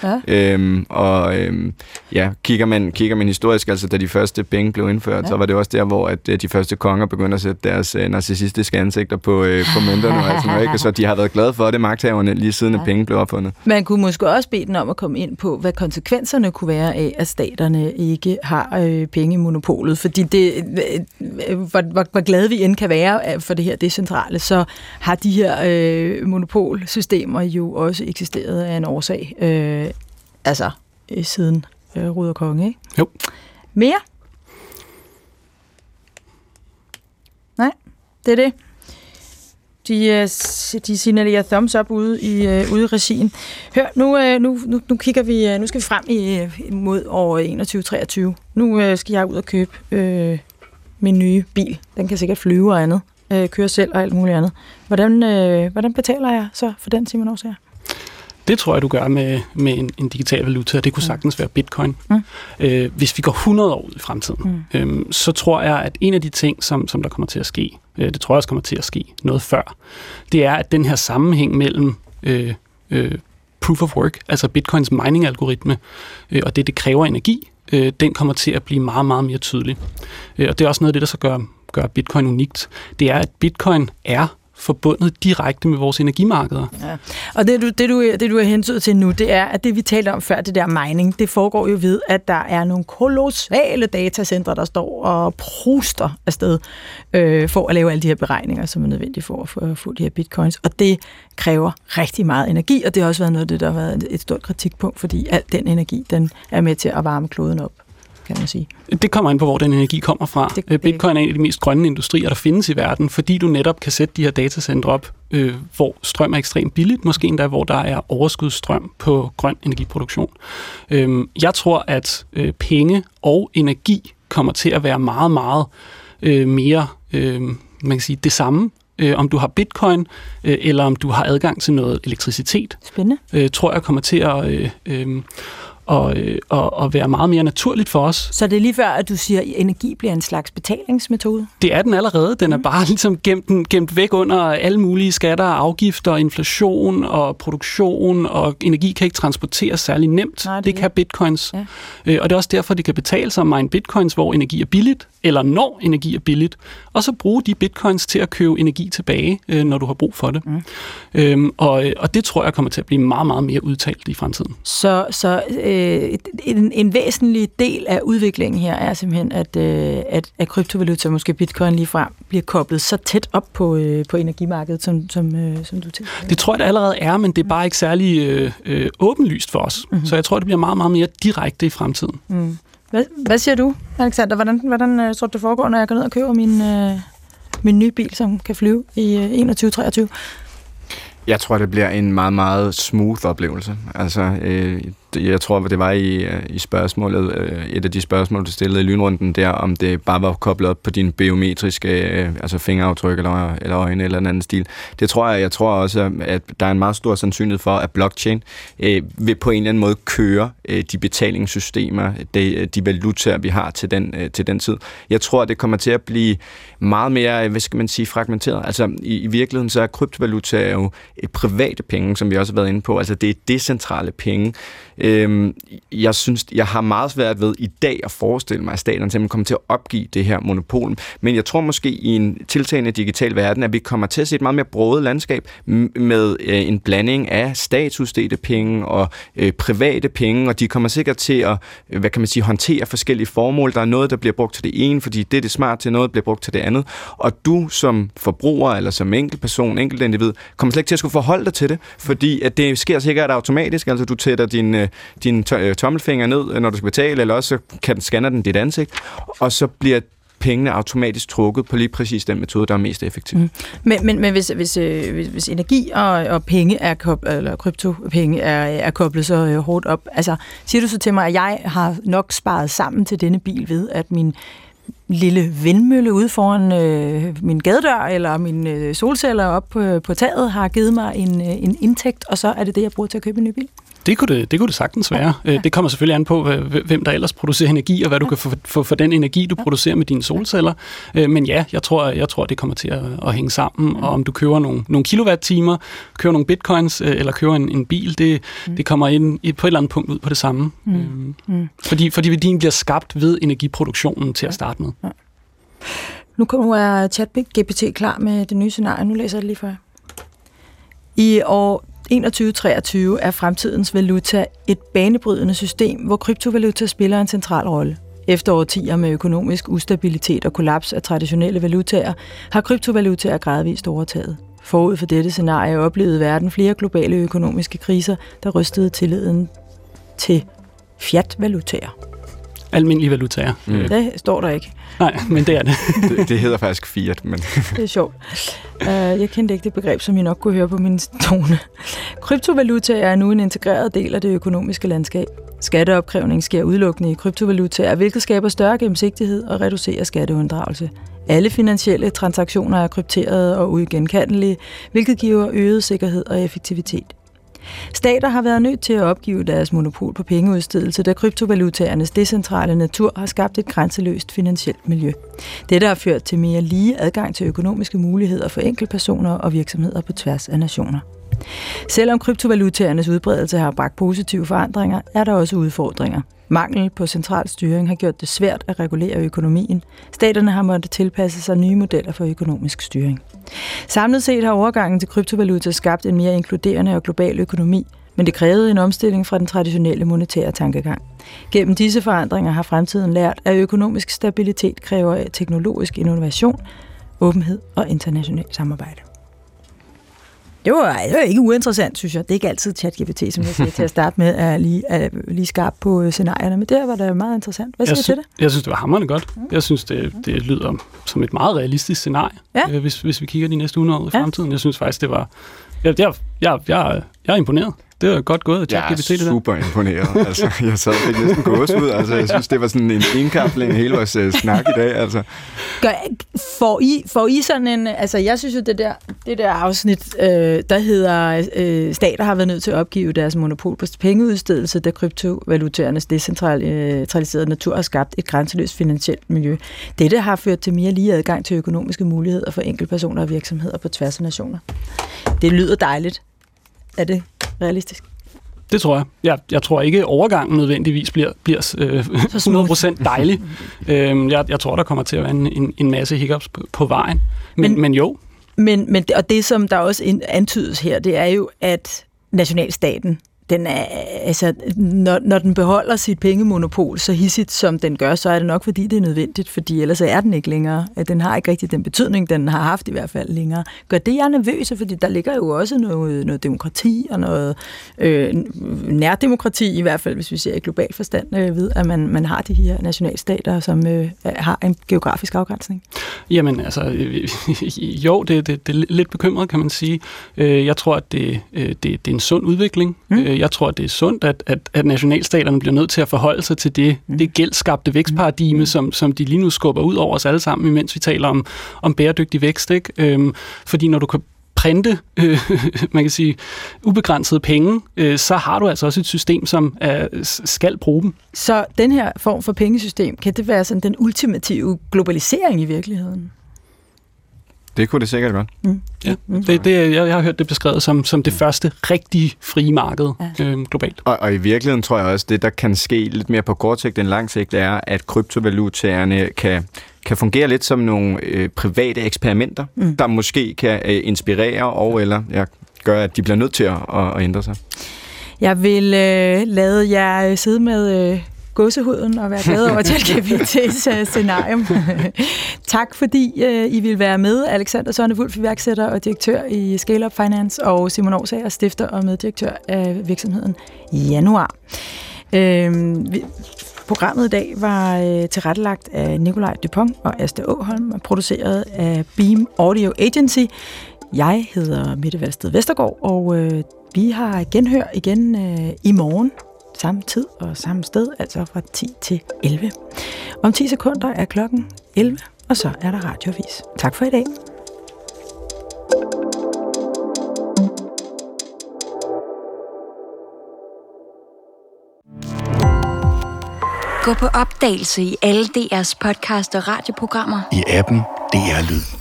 Ja. Kigger man historisk, altså da de første penge blev indført, så var det også der, hvor at de første konger begyndte at sætte deres narcissistiske ansigter på mønterne, og altså noget, ikke? Så de har været glade for det, magthaverne, lige siden at penge blev opfundet. Man kunne måske også bede den om at komme ind på, hvad konsekvenserne kunne være af, at staterne ikke har pengemonopolet, fordi hvor glade vi end kan være for det her decentrale, så har de her monopolsystemer jo også eksisteret af en årsag, siden Rud og Konge, ikke? Jo. Mere? Nej, det er det. De signalerer thumbs up ude i regien. Hør, nu kigger vi, nu skal vi frem mod år 21-23. Nu skal jeg ud og købe min nye bil. Den kan sikkert flyve og andet. Køre selv og alt muligt andet. Hvordan betaler jeg så for den, Simon Aarsager? Det tror jeg, du gør med en digital valuta, og det kunne sagtens være bitcoin. Hvis vi går 100 år ud i fremtiden, så tror jeg, at en af de ting, som der kommer til at ske, det tror jeg også kommer til at ske noget før, det er, at den her sammenhæng mellem proof of work, altså bitcoins mining-algoritme, og det kræver energi, den kommer til at blive meget, meget mere tydelig. Og det er også noget af det, der så gør bitcoin unikt. Det er, at bitcoin er forbundet direkte med vores energimarkeder. Ja. Og det du er hentydet til nu, det er, at det vi talte om før, det der mining, det foregår jo ved, at der er nogle kolossale datacentre, der står og pruster afsted for at lave alle de her beregninger, som er nødvendige for at få de her bitcoins. Og det kræver rigtig meget energi, og det har også været noget af det, der har været et stort kritikpunkt, fordi al den energi, den er med til at varme kloden op, kan man sige. Det kommer ind på, hvor den energi kommer fra. Bitcoin er en af de mest grønne industrier, der findes i verden, fordi du netop kan sætte de her datacentre op, hvor strøm er ekstremt billigt, måske endda, hvor der er overskudsstrøm på grøn energiproduktion. Jeg tror, at penge og energi kommer til at være meget, meget mere, man kan sige, det samme. Om du har bitcoin, eller om du har adgang til noget elektricitet. Spændende. Tror jeg kommer til at være meget mere naturligt for os. Så det er lige før, at du siger, at energi bliver en slags betalingsmetode? Det er den allerede. Den er bare ligesom gemt væk under alle mulige skatter, afgifter, inflation og produktion, og energi kan ikke transporteres særlig nemt. Nej, det kan bitcoins. Ja. Og det er også derfor, det kan betale sig at mine bitcoins, hvor energi er billigt, eller når energi er billigt, og så bruge de bitcoins til at købe energi tilbage, når du har brug for det. Og det tror jeg kommer til at blive meget, meget mere udtalt i fremtiden. Så en væsentlig del af udviklingen her er simpelthen, at kryptovaluta, måske bitcoin lige frem, bliver koblet så tæt op på energimarkedet, som du tænker. Det tror jeg, det allerede er, men det er bare ikke særlig åbenlyst for os. Så jeg tror, det bliver meget, meget mere direkte i fremtiden. Hvad siger du, Alexander? Hvordan tror du, det foregår, når jeg går ned og køber min nye bil, som kan flyve i 21-23? Jeg tror, det bliver en meget, meget smooth oplevelse. Altså, jeg tror, det var i spørgsmålet, et af de spørgsmål, du stillede i lynrunden der, om det bare var koblet op på dine biometriske, altså fingeraftryk eller øjne eller en anden stil. Det tror jeg. Jeg tror også, at der er en meget stor sandsynlighed for, at blockchain vil på en eller anden måde køre de betalingssystemer, de valutaer, vi har til den tid. Jeg tror, det kommer til at blive meget mere, hvad skal man sige, fragmenteret. Altså, i virkeligheden så er kryptovalutaer jo private penge, som vi også har været inde på. Altså, det er decentrale penge. Jeg synes, jeg har meget svært ved i dag at forestille mig, at staterne simpelthen kommer til at opgive det her monopol. Men jeg tror måske i en tiltagende digital verden, at vi kommer til at se et meget mere broget landskab med en blanding af statsudstedte penge og private penge, og de kommer sikkert til at, hvad kan man sige, håndtere forskellige formål. Der er noget, der bliver brugt til det ene, fordi det er det smart til, noget bliver brugt til det andet. Og du som forbruger eller som enkeltperson, enkeltindivid, kommer slet ikke til at skulle forholde dig til det, fordi at det sker sikkert automatisk. Altså du tætter din tommelfinger ned, når du skal betale, eller også scanner den dit ansigt, og så bliver pengene automatisk trukket på lige præcis den metode, der er mest effektiv. Men hvis energi og penge eller kryptopenge er koblet så hårdt op, altså siger du så til mig, at jeg har nok sparet sammen til denne bil ved, at min lille vindmølle ude foran min gadedør, eller mine solceller op på taget, har givet mig en indtægt, og så er det jeg bruger til at købe en ny bil? Det kunne det sagtens være. Ja. Det kommer selvfølgelig an på, hvem der ellers producerer energi, og hvad du kan få for den energi, du producerer med dine solceller. Men ja, jeg tror, det kommer til at hænge sammen. Og om du køber nogle kilowatt-timer, køber nogle bitcoins, eller køber en bil, det kommer ind på et eller andet punkt ud på det samme. Fordi værdien bliver skabt ved energiproduktionen til at starte med. Ja. Nu er ChatGPT klar med det nye scenarie. Nu læser jeg det lige for jer. I år 2021-2023 er fremtidens valuta et banebrydende system, hvor kryptovaluta spiller en central rolle. Efter årtier med økonomisk ustabilitet og kollaps af traditionelle valutaer, har kryptovalutaer gradvist overtaget. Forud for dette scenarie oplevede verden flere globale økonomiske kriser, der rystede tilliden til fiat-valutaer. Almindelige valutaer. Det står der ikke. Nej, men det er det. Det hedder faktisk fiat, men... Det er sjovt. Jeg kendte ikke det begreb, som I nok kunne høre på min tone. Kryptovalutaer er nu en integreret del af det økonomiske landskab. Skatteopkrævning sker udelukkende i kryptovalutaer, hvilket skaber større gennemsigtighed og reducerer skatteunddragelse. Alle finansielle transaktioner er krypterede og uigenkaldelige, hvilket giver øget sikkerhed og effektivitet. Stater har været nødt til at opgive deres monopol på pengeudstedelse, da kryptovalutaernes decentrale natur har skabt et grænseløst finansielt miljø. Dette har ført til mere lige adgang til økonomiske muligheder for enkeltpersoner og virksomheder på tværs af nationer. Selvom kryptovalutaernes udbredelse har bragt positive forandringer, er der også udfordringer. Mangel på central styring har gjort det svært at regulere økonomien. Staterne har måttet tilpasse sig nye modeller for økonomisk styring. Samlet set har overgangen til kryptovaluta skabt en mere inkluderende og global økonomi, men det krævede en omstilling fra den traditionelle monetære tankegang. Gennem disse forandringer har fremtiden lært, at økonomisk stabilitet kræver teknologisk innovation, åbenhed og internationalt samarbejde. Det var ikke uinteressant, synes jeg. Det er ikke altid ChatGPT, som jeg siger til at starte med, er lige skarp på scenarierne, men det var da meget interessant. Hvad siger du til det? Jeg synes, det var hamrende godt. Jeg synes, det lyder som et meget realistisk scenarie, hvis vi kigger de næste 100 år i fremtiden. Jeg synes faktisk, det var... Jeg er imponeret. Det var godt gået at ChatGPT. Jeg er super imponeret. Altså, jeg sad og fik næsten gåsehud. Altså, jeg synes, det var sådan en indkapsling af hele vores snak i dag. Altså. Får I sådan en... Altså, jeg synes jo, det der afsnit, der hedder stater har været nødt til at opgive deres monopol på pengeudstedelse, da kryptovalutaernes decentraliserede natur har skabt et grænseløst finansielt miljø. Dette har ført til mere lige adgang til økonomiske muligheder for enkeltpersoner og virksomheder på tværs af nationer. Det lyder dejligt. Er det realistisk? Det tror jeg. Jeg tror ikke, overgangen nødvendigvis bliver 100% dejlig. Jeg tror, der kommer til at være en masse hiccups på vejen. Men jo. Men det, som der også antydes her, det er jo, at nationalstaten, den er, altså, når den beholder sit pengemonopol så hissigt, som den gør, så er det nok, fordi det er nødvendigt, fordi ellers er den ikke længere. Den har ikke rigtig den betydning, den har haft i hvert fald længere. Gør det jer nervøse, fordi der ligger jo også noget demokrati og noget nærdemokrati, i hvert fald, hvis vi ser i global forstand, ved, at man har de her nationalstater, som har en geografisk afgrænsning. Jamen, altså, jo, det er lidt bekymret, kan man sige. Jeg tror, at det er en sund udvikling. Jeg tror, det er sundt, at nationalstaterne bliver nødt til at forholde sig til det gældskabte vækstparadigme, som de lige nu skubber ud over os alle sammen, imens vi taler om bæredygtig vækst. Ikke? Fordi når du kan printe, man kan sige, ubegrænsede penge, så har du altså også et system, som skal bruge dem. Så den her form for pengesystem, kan det være sådan den ultimative globalisering i virkeligheden? Det kunne det sikkert godt. Ja, jeg har hørt det beskrevet som det første rigtige frie marked globalt. Og i virkeligheden tror jeg også, det der kan ske lidt mere på kort sigt end lang sigt, er, at kryptovalutaerne kan fungere lidt som nogle private eksperimenter, der måske kan inspirere eller gøre, at de bliver nødt til at ændre sig. Jeg vil lade jer sidde med gåsehuden og være glad over ChatGPT's scenarium. Tak fordi I vil være med. Alexander Sonne Wulff, iværksætter og direktør i Scale Up Finance, og Simon Aarsager, stifter og meddirektør af virksomheden Januar. Programmet i dag var tilrettelagt af Nikolaj Dupont og Asta Åholm og produceret af Beam Audio Agency. Jeg hedder Mette Valsted Vestergaard, og vi har genhør igen i morgen. Samme tid og samme sted, altså fra 10 til 11. Om 10 sekunder er klokken 11, og så er der radioavis. Tak for i dag. Gå på opdagelse i alle DR's podcast og radioprogrammer. I appen DR Lyd.